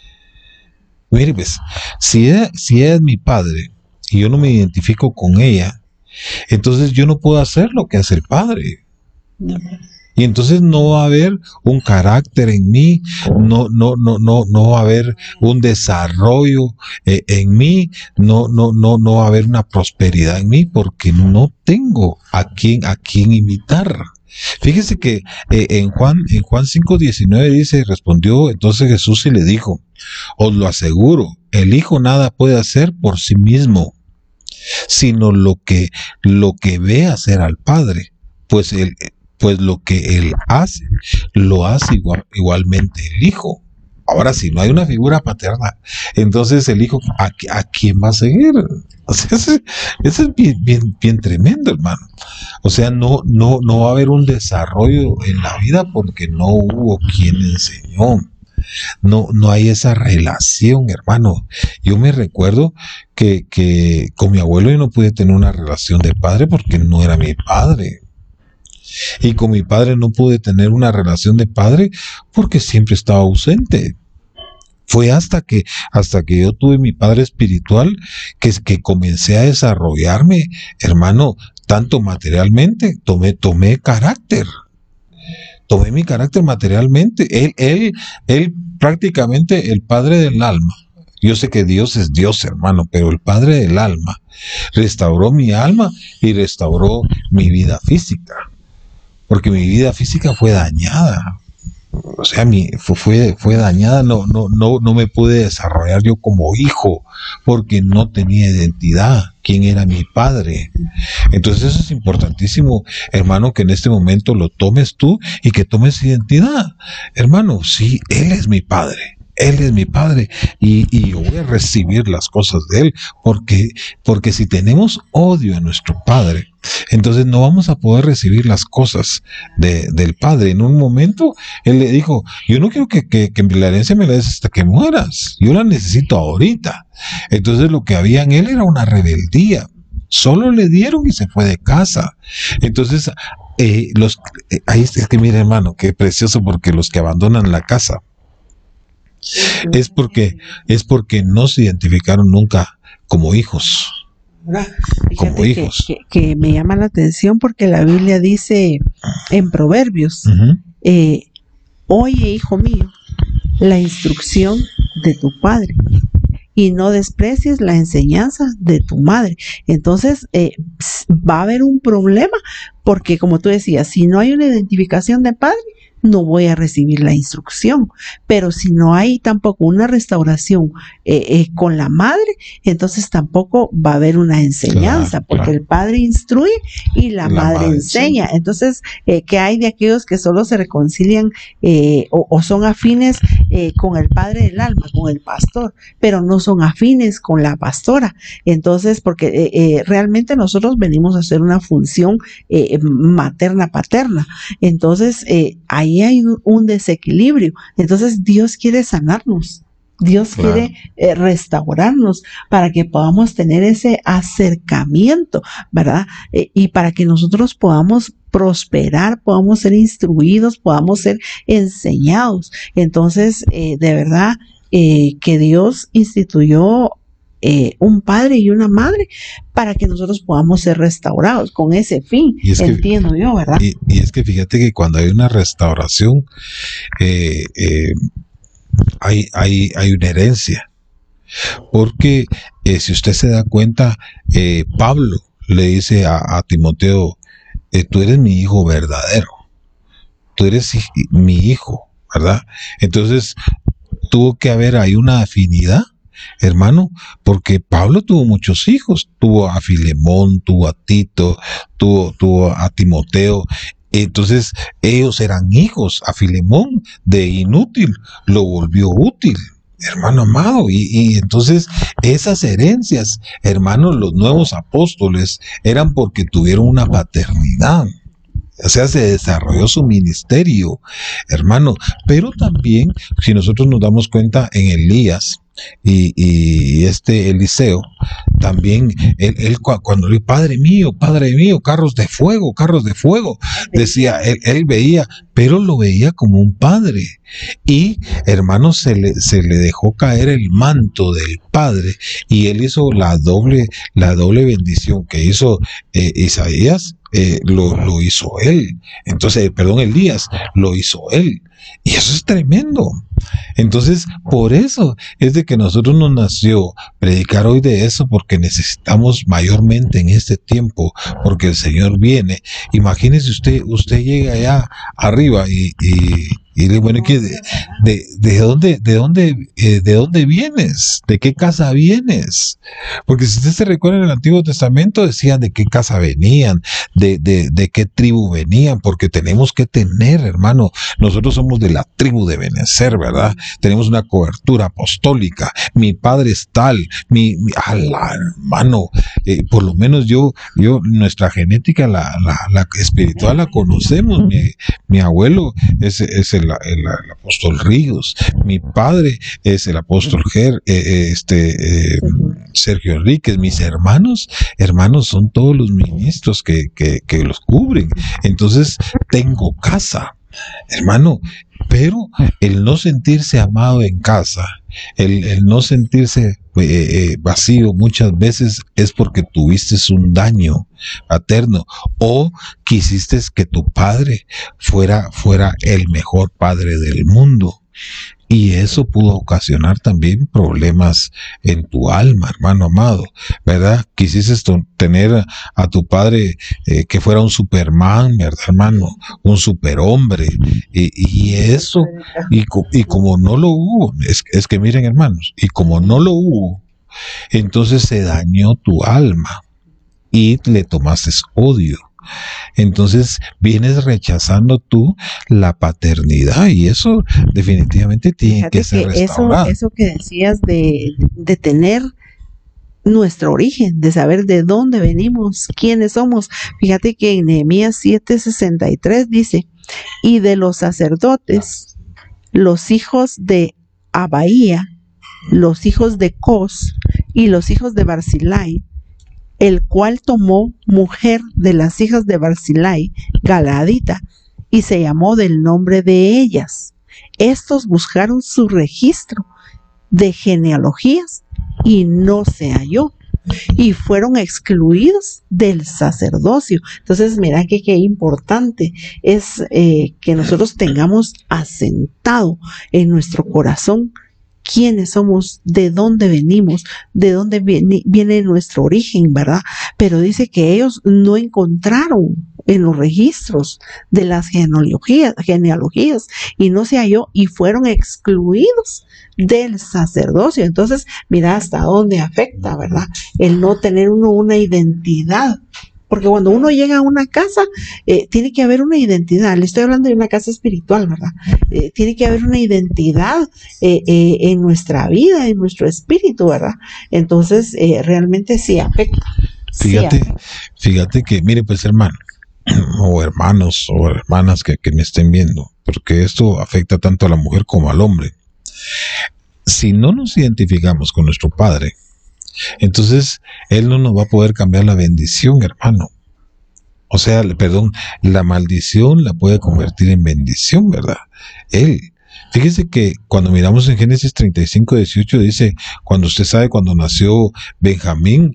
Mire, pues, si ella es mi padre y yo no me identifico con ella, entonces yo no puedo hacer lo que hace el Padre. No. Y entonces no va a haber un carácter en mí, no va a haber un desarrollo en mí, no va a haber una prosperidad en mí, porque no tengo a quién imitar. Fíjese que en Juan 5:19 dice, respondió entonces Jesús y le dijo, os lo aseguro, el Hijo nada puede hacer por sí mismo, sino lo que ve hacer al Padre, pues lo que él hace, lo hace igualmente el Hijo. Ahora, si no hay una figura paterna, entonces el Hijo, ¿a quién va a seguir? O sea, eso es bien tremendo, hermano. O sea, no va a haber un desarrollo en la vida porque no hubo quien enseñó. No hay esa relación, hermano. Yo me recuerdo que con mi abuelo yo no pude tener una relación de padre porque no era mi padre. Y con mi padre no pude tener una relación de padre porque siempre estaba ausente. Fue hasta que yo tuve mi padre espiritual que comencé a desarrollarme, hermano, tanto materialmente, tomé carácter. Tomé mi carácter materialmente. Él prácticamente el padre del alma. Yo sé que Dios es Dios, hermano, pero el padre del alma restauró mi alma y restauró mi vida física. Porque mi vida física fue dañada. o sea, fue dañada, no me pude desarrollar yo como hijo, porque no tenía identidad, quién era mi padre. Entonces eso es importantísimo, hermano, que en este momento lo tomes tú y que tomes identidad. Hermano, sí, Él es mi padre. Él es mi padre y yo voy a recibir las cosas de Él, porque si tenemos odio a nuestro padre, entonces no vamos a poder recibir las cosas del padre. En un momento Él le dijo, yo no quiero que la herencia me la des hasta que mueras, yo la necesito ahorita. Entonces lo que había en Él era una rebeldía, solo le dieron y se fue de casa. Entonces ahí es que mira, hermano, qué precioso, porque los que abandonan la casa es porque no se identificaron nunca como hijos. Como hijos. Que me llama la atención porque la Biblia dice en Proverbios, oye, hijo mío, la instrucción de tu padre y no desprecies la enseñanza de tu madre. Entonces va a haber un problema, porque como tú decías, si no hay una identificación de padre, no voy a recibir la instrucción. Pero si no hay tampoco una restauración con la madre, entonces tampoco va a haber una enseñanza, porque el padre instruye y la madre enseña. Entonces, ¿qué hay de aquellos que solo se reconcilian o son afines con el padre del alma, con el pastor, pero no son afines con la pastora? Entonces, porque realmente nosotros venimos a hacer una función materna-paterna. Entonces, ahí hay un desequilibrio. Entonces Dios quiere sanarnos, Dios quiere restaurarnos para que podamos tener ese acercamiento, ¿verdad? Y para que nosotros podamos prosperar, podamos ser instruidos, podamos ser enseñados. Entonces, de verdad, que Dios instituyó un padre y una madre para que nosotros podamos ser restaurados con ese fin, entiendo yo, ¿verdad? Y es que fíjate que cuando hay una restauración hay una herencia, porque si usted se da cuenta, Pablo le dice a Timoteo, tú eres mi hijo verdadero, tú eres mi hijo, ¿verdad? Entonces tuvo que haber ahí una afinidad, hermano, porque Pablo tuvo muchos hijos, tuvo a Filemón, tuvo a Tito, tuvo a Timoteo. Entonces ellos eran hijos. A Filemón, de inútil lo volvió útil, hermano amado, y entonces esas herencias, hermanos, los nuevos apóstoles eran porque tuvieron una paternidad. O sea, se desarrolló su ministerio, hermano. Pero también, si nosotros nos damos cuenta, en Elías y Eliseo, también él cuando le Padre mío, carros de fuego, decía, él veía, pero lo veía como un padre. Y, hermano, se le dejó caer el manto del padre, y él hizo la doble bendición que hizo Isaías. Lo hizo él. Entonces, Elías lo hizo él. Y eso es tremendo. Entonces, por eso es de que nosotros nos nació predicar hoy de eso, porque necesitamos mayormente en este tiempo, porque el Señor viene. Imagínese usted llega allá arriba y bueno, ¿de dónde vienes? ¿De qué casa vienes? Porque si usted se recuerda en el Antiguo Testamento, decían de qué casa venían, de qué tribu venían, porque tenemos que tener, hermano, nosotros somos de la tribu de Benecer, ¿verdad? Tenemos una cobertura apostólica. Mi padre es tal, hermano, por lo menos yo, nuestra genética, la espiritual la conocemos. Mi abuelo es el apóstol Ríos, mi padre es el apóstol Sergio Enríquez, mis hermanos son todos los ministros que los cubren. Entonces tengo casa, hermano. Pero el no sentirse amado en casa, el no sentirse vacío muchas veces es porque tuviste un daño paterno, o quisiste que tu padre fuera el mejor padre del mundo. Y eso pudo ocasionar también problemas en tu alma, hermano amado, ¿verdad? Quisiste tener a tu padre que fuera un Superman, ¿verdad, hermano? Un superhombre. Y eso, y como no lo hubo, es que miren, hermanos, y como no lo hubo, entonces se dañó tu alma y le tomaste odio. Entonces vienes rechazando tú la paternidad y eso definitivamente tiene Fíjate que ser que restaurado. eso que decías de tener nuestro origen, de saber de dónde venimos, quiénes somos. Fíjate que en Nehemías 7:63 dice, y de los sacerdotes, los hijos de Abaía, los hijos de Cos y los hijos de Barzillai, el cual tomó mujer de las hijas de Barzillai, Galaadita, y se llamó del nombre de ellas. Estos buscaron su registro de genealogías y no se halló, y fueron excluidos del sacerdocio. Entonces, mira que qué importante es que nosotros tengamos asentado en nuestro corazón quiénes somos, de dónde venimos, de dónde viene nuestro origen, ¿verdad? Pero dice que ellos no encontraron en los registros de las genealogías y no se halló y fueron excluidos del sacerdocio. Entonces, mira hasta dónde afecta, ¿verdad? El no tener uno una identidad. Porque cuando uno llega a una casa, tiene que haber una identidad. Le estoy hablando de una casa espiritual, ¿verdad? Tiene que haber una identidad en nuestra vida, en nuestro espíritu, ¿verdad? Entonces, realmente sí afecta. Fíjate que, mire, pues, hermano, o hermanos o hermanas que me estén viendo, porque esto afecta tanto a la mujer como al hombre. Si no nos identificamos con nuestro Padre, entonces Él no nos va a poder cambiar la bendición, hermano. O sea, perdón, la maldición la puede convertir en bendición, ¿verdad? Él. Fíjese que cuando miramos en Génesis 35:18 dice, cuando usted sabe cuando nació Benjamín,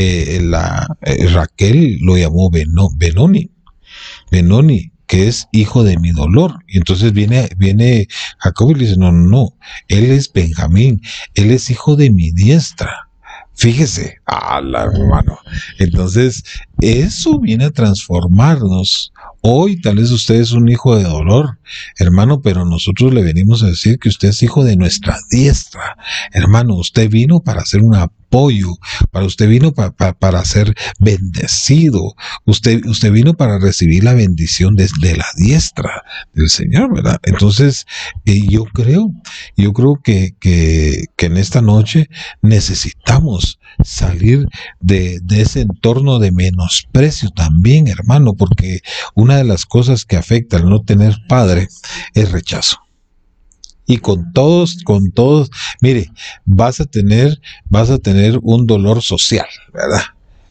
Raquel lo llamó Benoni, que es hijo de mi dolor. Y entonces viene Jacob y le dice, no, él es Benjamín, él es hijo de mi diestra. Fíjese, hermano. Entonces, eso viene a transformarnos. Hoy tal vez usted es un hijo de dolor, hermano, pero nosotros le venimos a decir que usted es hijo de nuestra diestra. Hermano, usted vino para ser un apoyo, usted vino para ser bendecido, usted vino para recibir la bendición desde la diestra del Señor, ¿verdad? Entonces, yo creo que en esta noche necesitamos salir de ese entorno de menosprecio también, hermano, porque una de las cosas que afecta al no tener padre es rechazo. Y con todos, mire, vas a tener un dolor social, ¿verdad?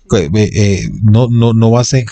No vas a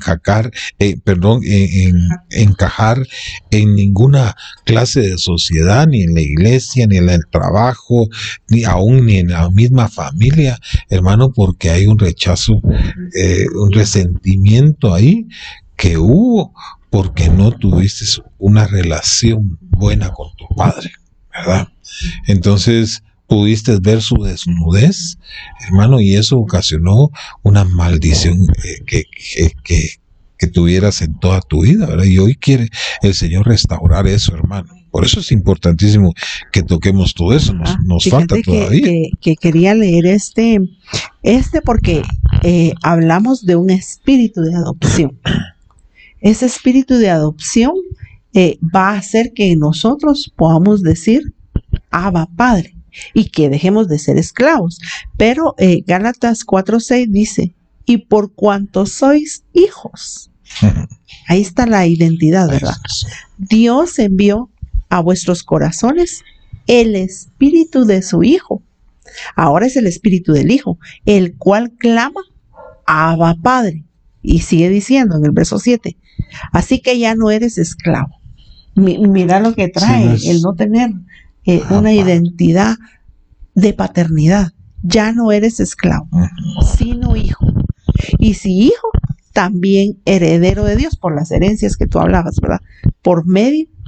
encajar en ninguna clase de sociedad, ni en la iglesia, ni en el trabajo, ni en la misma familia, hermano, porque hay un rechazo, un resentimiento ahí que hubo porque no tuviste una relación buena con tu padre, ¿verdad? Entonces pudiste ver su desnudez, hermano, y eso ocasionó una maldición que tuvieras en toda tu vida, ¿verdad? Y hoy quiere el Señor restaurar eso, hermano. Por eso es importantísimo que toquemos todo eso, nos falta todavía. Que quería leer este porque hablamos de un espíritu de adopción. Ese espíritu de adopción va a hacer que nosotros podamos decir Abba, Padre, y que dejemos de ser esclavos. Pero Gálatas 4:6 dice, y por cuanto sois hijos, ahí está la identidad, ¿verdad? Dios envió a vuestros corazones el espíritu de su Hijo. Ahora es el espíritu del Hijo, el cual clama Abba, Padre. Y sigue diciendo en el verso 7, así que ya no eres esclavo. Mira lo que trae el no tener una identidad de paternidad. Ya no eres esclavo, sino hijo. Y si hijo, también heredero de Dios por las herencias que tú hablabas, ¿verdad? Por medio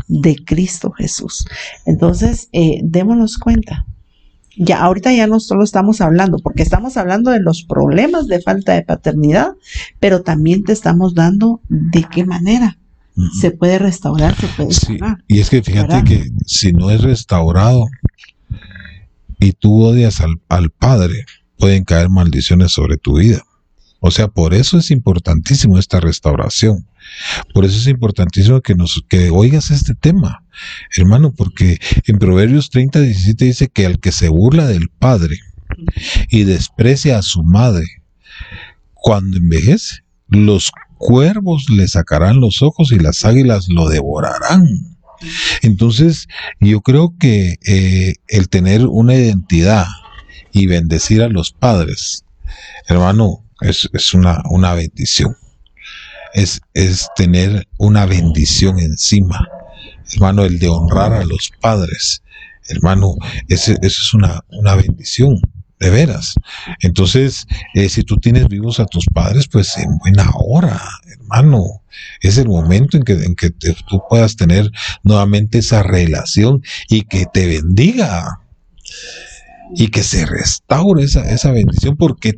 de Cristo Jesús. Entonces, démonos cuenta. Ya, ahorita ya no solo estamos hablando, porque estamos hablando de los problemas de falta de paternidad, pero también te estamos dando de qué manera se puede restaurar, se puede sanar. Y es que fíjate que si no es restaurado y tú odias al padre, pueden caer maldiciones sobre tu vida. O sea, por eso es importantísimo esta restauración. Por eso es importantísimo que oigas este tema, hermano, porque en Proverbios 30:17 dice que al que se burla del padre y desprecia a su madre, cuando envejece, los cuervos le sacarán los ojos y las águilas lo devorarán. Entonces, yo creo que el tener una identidad y bendecir a los padres, hermano, es una bendición. Es tener una bendición encima, hermano, el de honrar a los padres, hermano, eso es una bendición, de veras. Entonces, si tú tienes vivos a tus padres, pues en buena hora, hermano, es el momento en que tú puedas tener nuevamente esa relación y que te bendiga. Y que se restaure esa bendición porque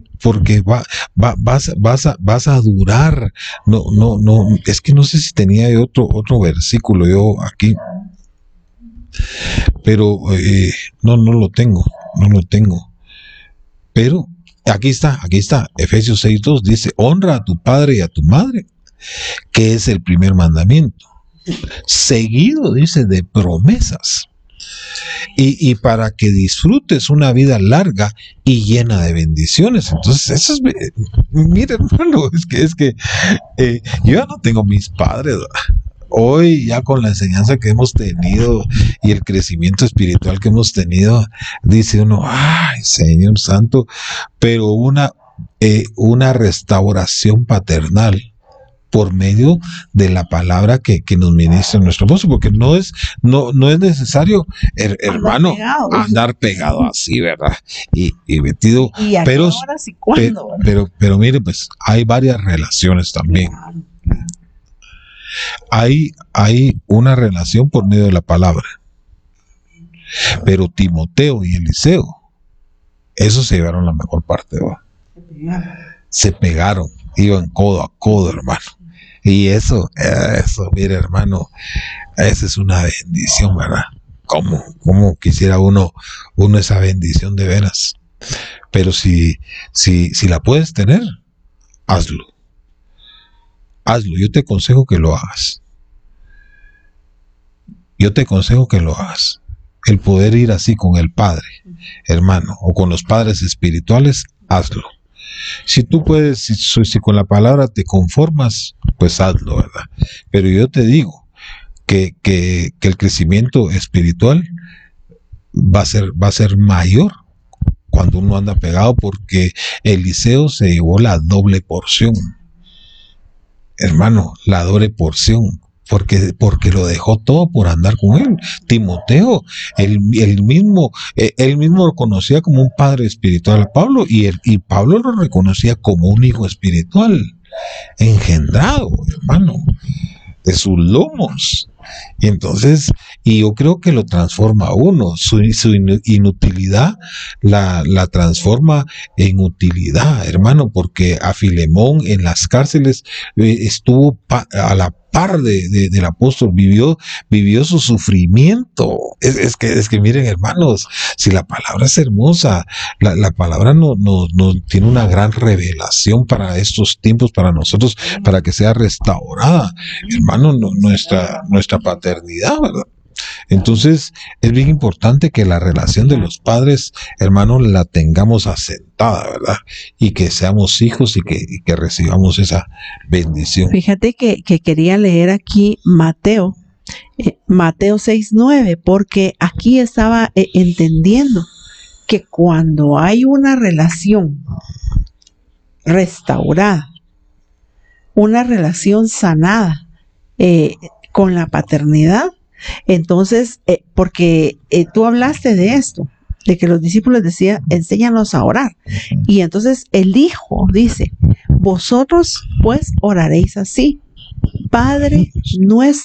vas a durar. No, es que no sé si tenía otro versículo yo aquí, pero no lo tengo. Pero aquí está, Efesios 6:2 dice: honra a tu padre y a tu madre, que es el primer mandamiento, seguido, dice, de promesas. Y para que disfrutes una vida larga y llena de bendiciones. Entonces, eso es, mire, hermano, es que yo ya no tengo mis padres. Hoy, ya con la enseñanza que hemos tenido y el crecimiento espiritual que hemos tenido, dice uno, ay, Señor Santo, pero una restauración paternal por medio de la palabra que nos ministra nuestro apóstol, porque no es necesario, hermano, andar pegado así, ¿verdad? Y metido, ¿Y a pero, qué horas y cuándo? pero mire, pues hay varias relaciones también. Claro. Hay una relación por medio de la palabra, pero Timoteo y Eliseo, esos se llevaron la mejor parte, ¿verdad? Se pegaron, iban codo a codo, hermano. Y eso, mire, hermano, esa es una bendición, ¿verdad? ¿Cómo quisiera uno esa bendición de veras? Pero si la puedes tener, hazlo. Yo te aconsejo que lo hagas. El poder ir así con el Padre, hermano, o con los padres espirituales, hazlo. Si tú puedes, si con la palabra te conformas, pues hazlo, ¿verdad? Pero yo te digo que el crecimiento espiritual va a ser mayor cuando uno anda pegado, porque Eliseo se llevó la doble porción, hermano, la doble porción. Porque lo dejó todo por andar con él. Timoteo, él mismo lo conocía como un padre espiritual a Pablo, y Pablo lo reconocía como un hijo espiritual, engendrado, hermano, de sus lomos. Y entonces, yo creo que lo transforma a uno, su inutilidad la transforma en utilidad, hermano, porque a Filemón en las cárceles estuvo a la par del apóstol, vivió su sufrimiento. Es que miren, hermanos, si la palabra es hermosa, la palabra no tiene una gran revelación para estos tiempos, para nosotros, para que sea restaurada, hermano, nuestra paternidad, ¿verdad? Entonces, es bien importante que la relación de los padres, hermanos, la tengamos asentada, ¿verdad? Y que seamos hijos y que recibamos esa bendición. Fíjate que quería leer aquí Mateo 6:9, porque aquí estaba entendiendo que cuando hay una relación restaurada, una relación sanada con la paternidad, entonces, porque tú hablaste de esto, de que los discípulos decían, enséñanos a orar. Y entonces el Hijo dice, vosotros pues oraréis así: Padre nuestro.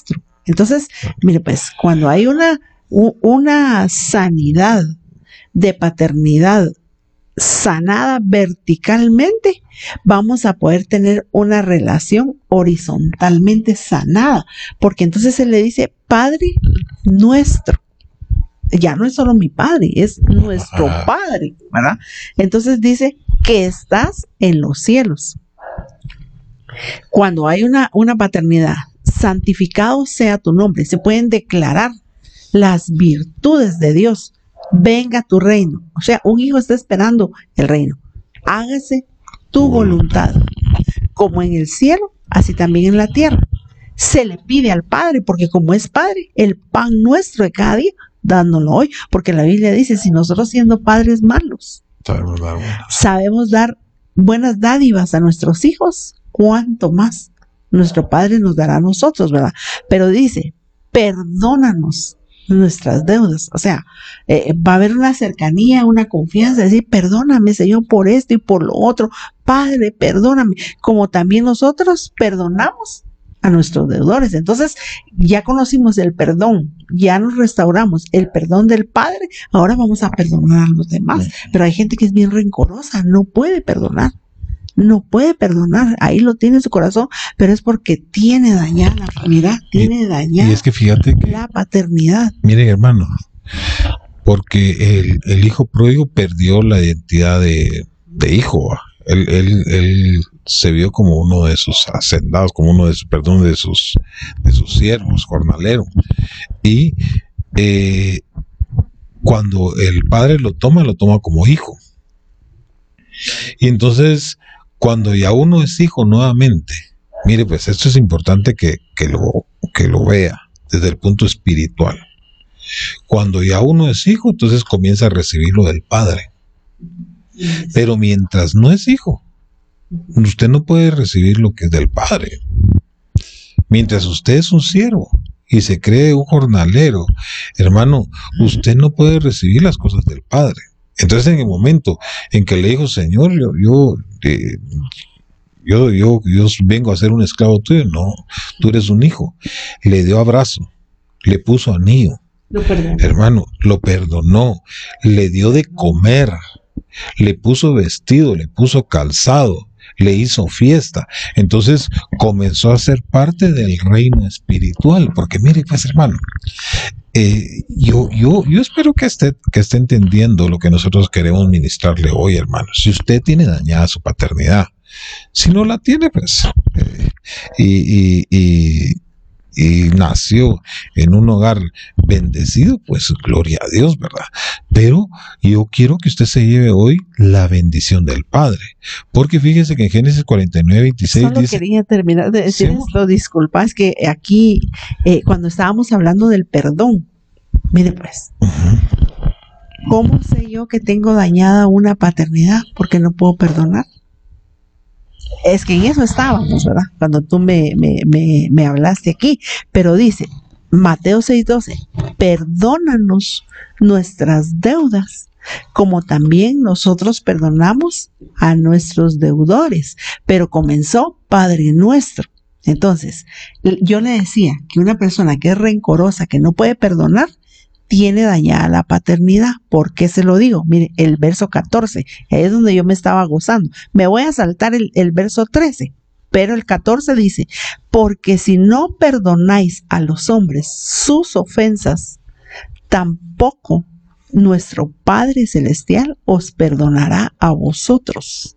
Entonces, mire, pues, cuando hay una sanidad de paternidad sanada verticalmente, vamos a poder tener una relación horizontalmente sanada, porque entonces se le dice Padre nuestro. Ya no es solo mi Padre, es nuestro Padre, ¿verdad? Entonces dice que estás en los cielos. Cuando hay una paternidad, santificado sea tu nombre, se pueden declarar las virtudes de Dios. Venga tu reino. O sea, un hijo está esperando el reino. Hágase tu voluntad, como en el cielo, así también en la tierra. Se le pide al Padre, porque como es Padre, el pan nuestro de cada día, dándolo hoy. Porque la Biblia dice, si nosotros siendo padres malos, sabemos dar buenas dádivas a nuestros hijos, cuánto más nuestro Padre nos dará a nosotros, ¿verdad? Pero dice, perdónanos nuestras deudas. O sea, va a haber una cercanía, una confianza, decir, perdóname, Señor, por esto y por lo otro. Padre, perdóname, como también nosotros perdonamos a nuestros deudores. Entonces, ya conocimos el perdón, ya nos restauramos el perdón del Padre, ahora vamos a perdonar a los demás. Pero hay gente que es bien rencorosa, no puede perdonar. No puede perdonar, ahí lo tiene en su corazón, pero es porque tiene dañada la familia, tiene dañada y es que fíjate que, la paternidad. Miren, hermano, porque el hijo pródigo perdió la identidad de hijo. Él se vio como uno de sus hacendados, como uno de sus siervos, jornalero. Y cuando el padre lo toma como hijo. Y entonces, cuando ya uno es hijo nuevamente, mire, pues esto es importante que lo vea desde el punto espiritual. Cuando ya uno es hijo, entonces comienza a recibir lo del Padre. Pero mientras no es hijo, usted no puede recibir lo que es del Padre. Mientras usted es un siervo y se cree un jornalero, hermano, usted no puede recibir las cosas del Padre. Entonces, en el momento en que le dijo, Señor, yo vengo a ser un esclavo tuyo, no, tú eres un hijo. Le dio abrazo, le puso anillo, hermano, lo perdonó, le dio de comer, le puso vestido, le puso calzado, le hizo fiesta. Entonces comenzó a ser parte del reino espiritual, porque mire, pues, hermano, yo espero que esté entendiendo lo que nosotros queremos ministrarle hoy, hermano. Si usted tiene dañada su paternidad, si no la tiene, pues, y nació en un hogar bendecido, pues gloria a Dios, ¿verdad? Pero yo quiero que usted se lleve hoy la bendición del Padre, porque fíjese que en Génesis 49:26 Solo dice... quería terminar de decir ¿sí? esto, disculpa, es que aquí, cuando estábamos hablando del perdón, mire pues, ¿cómo sé yo que tengo dañada una paternidad? Porque no puedo perdonar. Es que en eso estábamos, ¿verdad? Cuando tú me hablaste aquí. Pero dice, Mateo 6:12, perdónanos nuestras deudas, como también nosotros perdonamos a nuestros deudores. Pero comenzó Padre nuestro. Entonces, yo le decía que una persona que es rencorosa, que no puede perdonar, tiene dañada la paternidad. ¿Por qué se lo digo? Mire, el verso 14, ahí es donde yo me estaba gozando. Me voy a saltar el verso 13, pero el 14 dice, porque si no perdonáis a los hombres sus ofensas, tampoco nuestro Padre Celestial os perdonará a vosotros.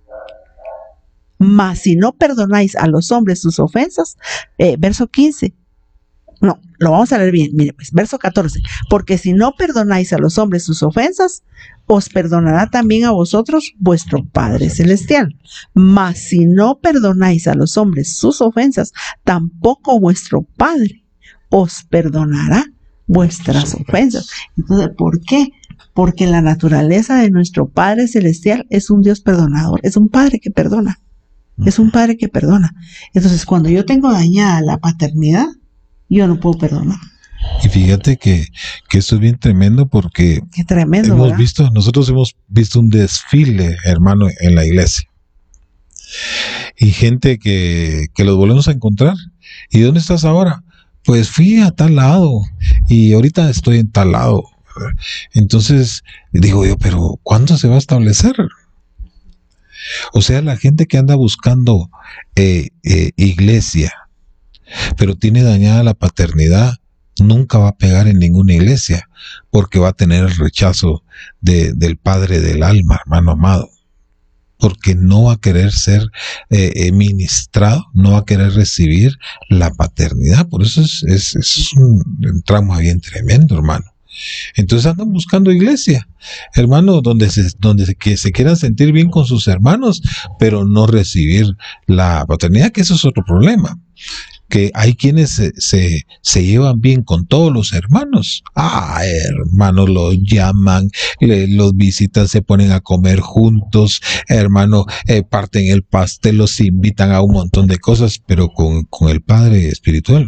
Mas si no perdonáis a los hombres sus ofensas, verso 15, no, lo vamos a leer bien, mire pues, verso 14, porque si no perdonáis a los hombres sus ofensas, os perdonará también a vosotros vuestro Padre Celestial. Mas si no perdonáis a los hombres sus ofensas, tampoco vuestro Padre os perdonará vuestras ofensas. Entonces, ¿por qué? Porque la naturaleza de nuestro Padre Celestial es un Dios perdonador, es un Padre que perdona, es un Padre que perdona. Entonces, cuando yo tengo dañada la paternidad, yo no puedo perdonar. Y fíjate que esto es bien tremendo, porque qué tremendo, nosotros hemos visto un desfile, hermano, en la iglesia. Y gente que los volvemos a encontrar. ¿Y dónde estás ahora? pues fui a tal lado y ahorita estoy en tal lado. Entonces digo yo, pero ¿cuándo se va a establecer? O sea, la gente que anda buscando iglesia, pero tiene dañada la paternidad, nunca va a pegar en ninguna iglesia, porque va a tener el rechazo del Padre del alma, hermano amado, porque no va a querer ser ministrado, no va a querer recibir la paternidad. Por eso es un tramo bien tremendo, hermano. Entonces andan buscando iglesia, hermano, donde se quieran sentir bien con sus hermanos, pero no recibir la paternidad, que eso es otro problema. Que hay quienes se llevan bien con todos los hermanos. Hermanos, los llaman, los visitan, se ponen a comer juntos, hermano, parten el pastel, los invitan a un montón de cosas, pero con el Padre espiritual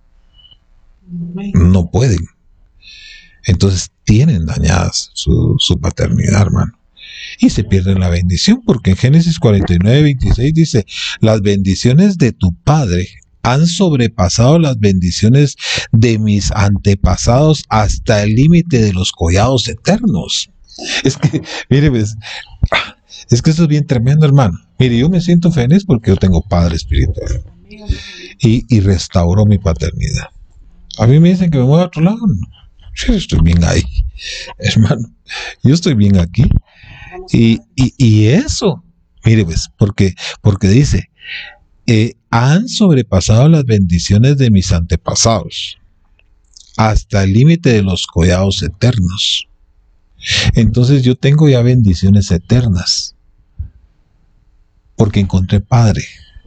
no pueden. Entonces tienen dañadas su paternidad, hermano. Y se pierden la bendición, porque en Génesis 49:26 dice, las bendiciones de tu Padre han sobrepasado las bendiciones de mis antepasados hasta el límite de los collados eternos. Es que, mire, pues, es que esto es bien tremendo, hermano. Mire, yo me siento feliz porque yo tengo Padre espiritual y restauró mi paternidad. A mí me dicen que me voy a otro lado. Yo estoy bien ahí, hermano. Yo estoy bien aquí. Y eso, mire, pues, porque dice, han sobrepasado las bendiciones de mis antepasados hasta el límite de los collados eternos. Entonces yo tengo ya bendiciones eternas porque encontré Padre.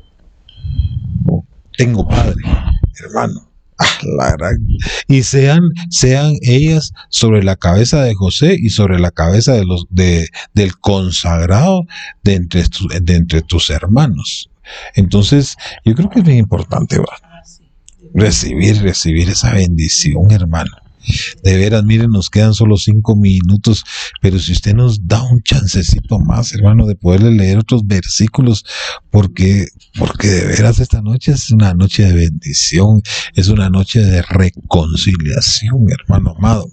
Tengo Padre, hermano. La gran... Y sean ellas sobre la cabeza de José y sobre la cabeza del consagrado de entre tus hermanos. Entonces, yo creo que es bien importante, ¿va? Recibir esa bendición, hermano. De veras, miren, nos quedan solo 5 minutos, pero si usted nos da un chancecito más, hermano, de poderle leer otros versículos, porque de veras esta noche es una noche de bendición, es una noche de reconciliación, hermano amado,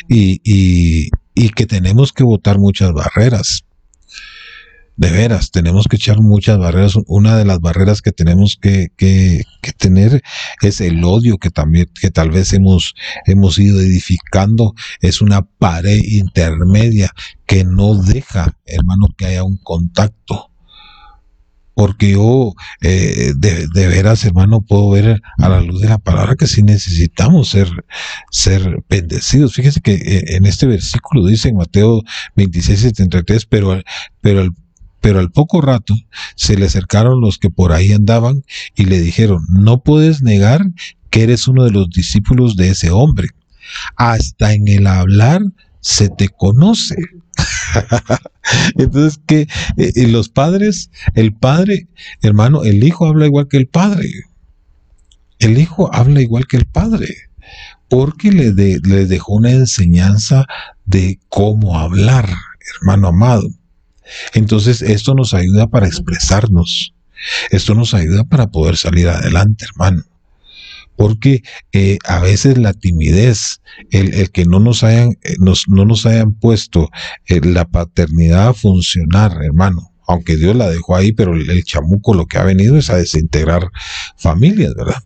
y que tenemos que botar muchas barreras. De veras, tenemos que echar muchas barreras. Una de las barreras que tenemos que tener es el odio que tal vez hemos ido edificando. Es una pared intermedia que no deja, hermano, que haya un contacto. Porque yo, de veras, hermano, puedo ver a la luz de la palabra que sí necesitamos ser bendecidos. Fíjese que en este versículo dice en Mateo 26:73, pero al poco rato se le acercaron los que por ahí andaban y le dijeron, no puedes negar que eres uno de los discípulos de ese hombre. Hasta en el hablar se te conoce. Entonces, que los padres, el padre, hermano, el hijo habla igual que el padre. El hijo habla igual que el padre, porque le dejó una enseñanza de cómo hablar, hermano amado. Entonces esto nos ayuda para expresarnos, esto nos ayuda para poder salir adelante, hermano, porque a veces la timidez, el que no nos hayan puesto la paternidad a funcionar, hermano, aunque Dios la dejó ahí, pero el chamuco lo que ha venido es a desintegrar familias, ¿verdad?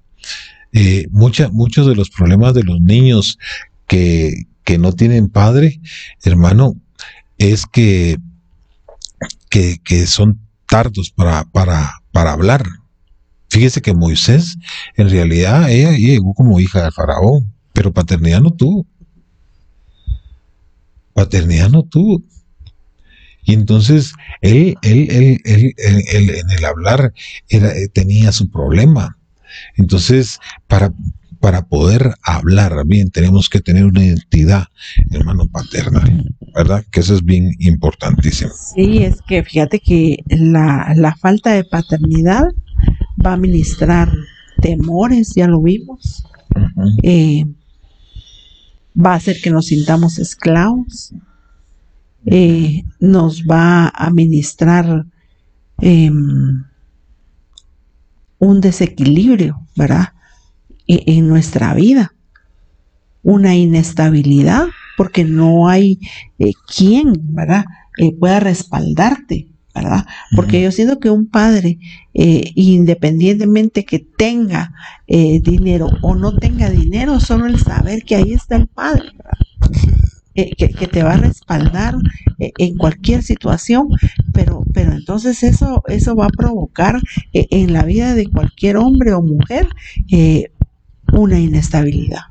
Muchos de los problemas de los niños que no tienen padre, hermano, es que son tardos para hablar. Fíjese que Moisés, en realidad, ella llegó como hija del faraón, pero paternidad no tuvo. Y entonces, él en el hablar tenía su problema. Entonces, para poder hablar bien, tenemos que tener una identidad, hermano, paternal, ¿verdad? Que eso es bien importantísimo. Sí, es que fíjate que la falta de paternidad va a ministrar temores, ya lo vimos. Uh-huh. Va a hacer que nos sintamos esclavos. Nos va a ministrar un desequilibrio, ¿verdad? en nuestra vida, una inestabilidad, porque no hay quien, ¿verdad?, pueda respaldarte, ¿verdad? Porque yo siento que un padre, independientemente que tenga dinero o no tenga dinero, solo el saber que ahí está el padre, ¿verdad?, que te va a respaldar en cualquier situación, pero entonces eso va a provocar en la vida de cualquier hombre o mujer una inestabilidad.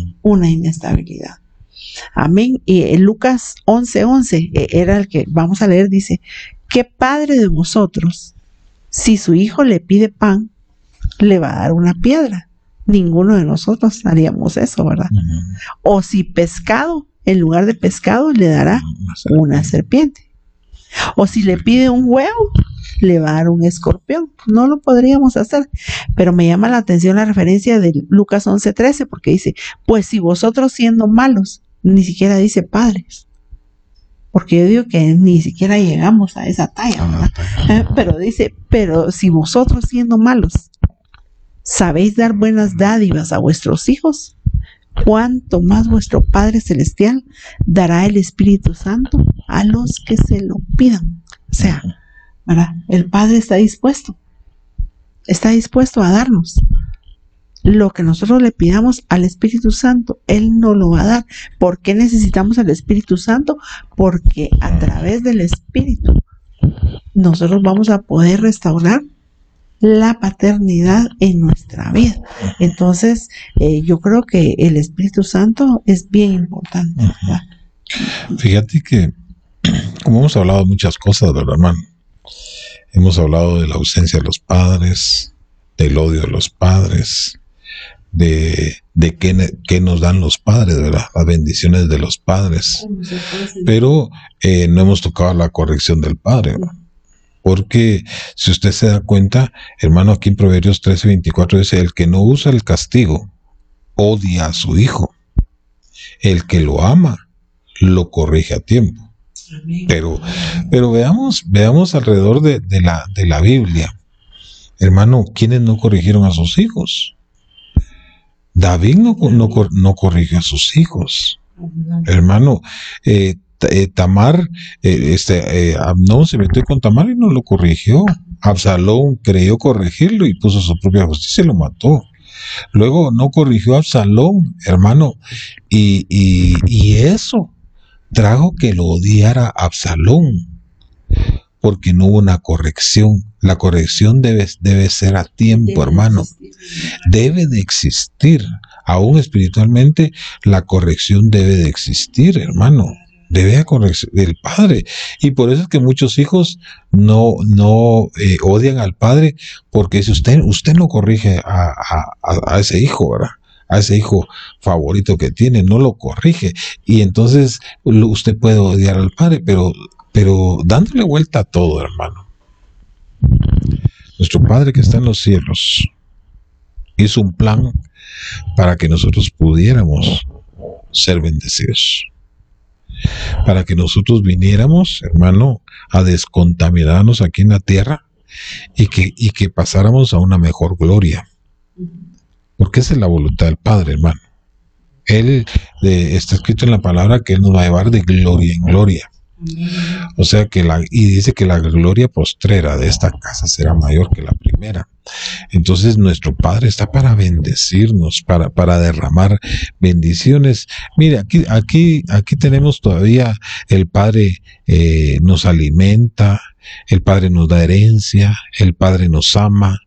Amén. Y en Lucas 11:11 era el que vamos a leer, dice: ¿qué padre de vosotros, si su hijo le pide pan, le va a dar una piedra? Ninguno de nosotros haríamos eso, ¿verdad? O si pescado, en lugar de pescado, le dará una serpiente. O si le pide un huevo, le va a dar un escorpión. No lo podríamos hacer. Pero me llama la atención la referencia de Lucas 11:13, porque dice: pues si vosotros siendo malos, ni siquiera dice padres. Porque yo digo que ni siquiera llegamos a esa talla, ¿verdad? Pero dice: pero si vosotros siendo malos, sabéis dar buenas dádivas a vuestros hijos, cuánto más vuestro Padre Celestial dará el Espíritu Santo a los que se lo pidan. O sea, ¿verdad?, el Padre está dispuesto a darnos lo que nosotros le pidamos al Espíritu Santo. Él nos lo va a dar. ¿Por qué necesitamos al Espíritu Santo? Porque a través del Espíritu nosotros vamos a poder restaurar la paternidad en nuestra vida. Entonces, yo creo que el Espíritu Santo es bien importante, ¿verdad? Fíjate que, como hemos hablado de muchas cosas, ¿verdad, hermano? Hemos hablado de la ausencia de los padres, del odio de los padres, de qué nos dan los padres, ¿verdad? Las bendiciones de los padres. Pero no hemos tocado la corrección del padre, ¿verdad? Porque si usted se da cuenta, hermano, aquí en Proverbios 13:24 dice: el que no usa el castigo odia a su hijo. El que lo ama lo corrige a tiempo. Pero veamos alrededor de la Biblia, hermano, ¿quiénes no corrigieron a sus hijos? David no corrigió a sus hijos, hermano. Tamar, Amnón se metió con Tamar y no lo corrigió. Absalón creyó corregirlo y puso su propia justicia y lo mató. Luego no corrigió a Absalón, hermano, y eso trajo que lo odiara Absalón, porque no hubo una corrección. La corrección debe ser a tiempo, hermano. Debe de existir. Aún espiritualmente, la corrección debe de existir, hermano. Debe de corregir el padre. Y por eso es que muchos hijos no odian al padre, porque si usted no corrige a ese hijo, ¿verdad?, a ese hijo favorito que tiene, no lo corrige, y entonces usted puede odiar al padre, pero dándole vuelta a todo, hermano. Nuestro Padre que está en los cielos hizo un plan para que nosotros pudiéramos ser bendecidos, para que nosotros viniéramos, hermano, a descontaminarnos aquí en la tierra y que pasáramos a una mejor gloria. Porque esa es la voluntad del Padre, hermano. Él, está escrito en la palabra que Él nos va a llevar de gloria en gloria. O sea y dice que la gloria postrera de esta casa será mayor que la primera. Entonces nuestro Padre está para bendecirnos, para derramar bendiciones. Mire, aquí tenemos todavía el Padre nos alimenta, el Padre nos da herencia, el Padre nos ama,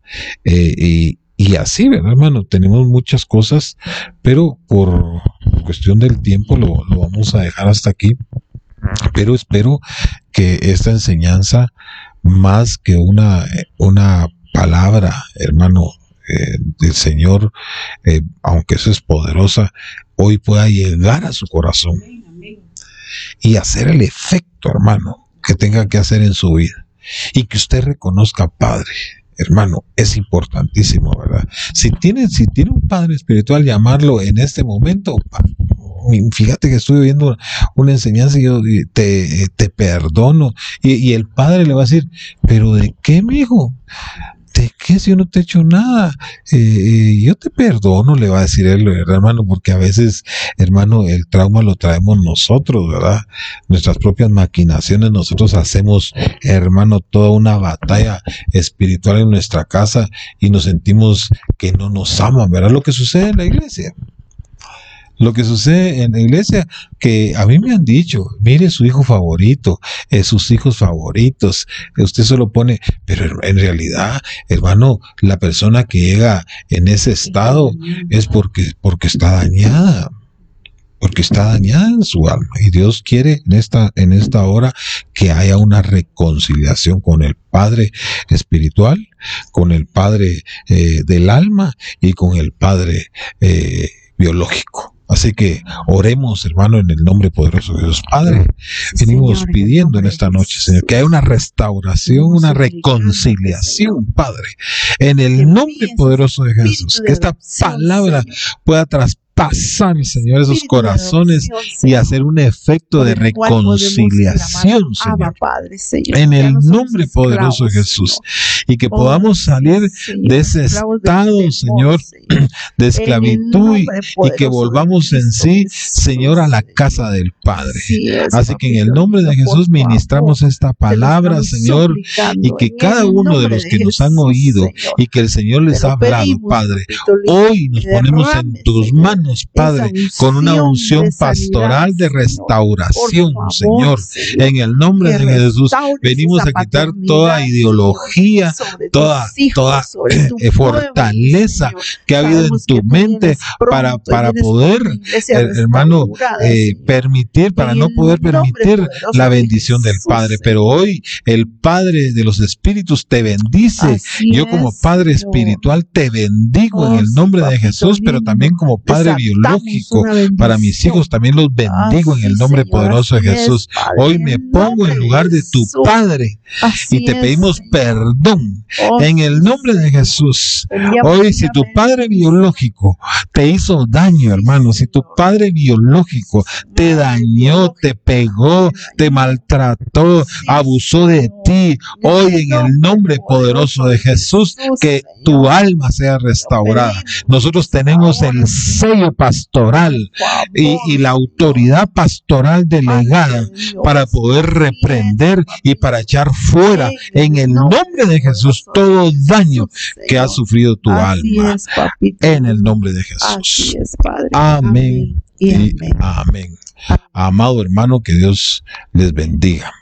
y así, ¿verdad, hermano? Tenemos muchas cosas, pero por cuestión del tiempo lo vamos a dejar hasta aquí. Pero espero que esta enseñanza, más que una palabra, hermano, del Señor, aunque eso es poderosa, hoy pueda llegar a su corazón y hacer el efecto, hermano, que tenga que hacer en su vida, y que usted reconozca, Padre, hermano, es importantísimo, ¿verdad? Si tiene un padre espiritual, llamarlo en este momento. Fíjate que estuve viendo una enseñanza y yo te perdono, y el padre le va a decir: ¿pero de qué, mijo? ¿de qué si yo no te he hecho nada? Yo te perdono, le va a decir él, ¿verdad, hermano? Porque a veces, hermano, el trauma lo traemos nosotros, ¿verdad? Nuestras propias maquinaciones, nosotros hacemos, hermano, toda una batalla espiritual en nuestra casa y nos sentimos que no nos aman, ¿verdad? Lo que sucede en la iglesia. Lo que sucede en la iglesia, que a mí me han dicho, mire su hijo favorito, sus hijos favoritos, usted se lo pone, pero en realidad, hermano, la persona que llega en ese estado es porque está dañada. Porque está dañada en su alma. Y Dios quiere en esta hora que haya una reconciliación con el Padre espiritual, con el Padre del alma y con el Padre biológico. Así que oremos, hermano, en el nombre poderoso de Dios. Padre, venimos Señor, pidiendo en esta noche, Señor, que haya una restauración, una reconciliación, Padre, en el nombre poderoso de Jesús. Que esta palabra pueda traspasar, Señor, esos corazones y hacer un efecto de reconciliación, Señor, en el nombre poderoso de Jesús. Y que podamos salir de ese estado, Señor, de esclavitud y que volvamos en sí, Señor, a la casa del Padre. Así que en el nombre de Jesús ministramos esta palabra, Señor, y que cada uno de los que nos han oído y que el Señor les ha hablado, Padre, hoy nos ponemos en tus manos, Padre, con una unción pastoral de restauración, Señor. En el nombre de Jesús venimos a quitar toda ideología, toda fortaleza que ha habido en tu mente para poder, hermano, permitir, para no poder permitir la bendición del Padre. Pero hoy el Padre de los Espíritus te bendice. Yo como Padre espiritual te bendigo en el nombre de Jesús, pero también como Padre biológico para mis hijos también los bendigo en el nombre poderoso de Jesús. Hoy me pongo en lugar de tu Padre y te pedimos perdón en el nombre de Jesús. Hoy, si tu Padre biológico te hizo daño, hermano, si tu Padre biológico te dañó, te pegó, te maltrató, abusó de ti, hoy en el nombre poderoso de Jesús, que tu alma sea restaurada. Nosotros tenemos el sello pastoral y la autoridad pastoral delegada para poder reprender y para echar fuera en el nombre de Jesús todo daño que ha sufrido tu alma. En el nombre de Jesús. Amén y amén. Amado hermano, que Dios les bendiga.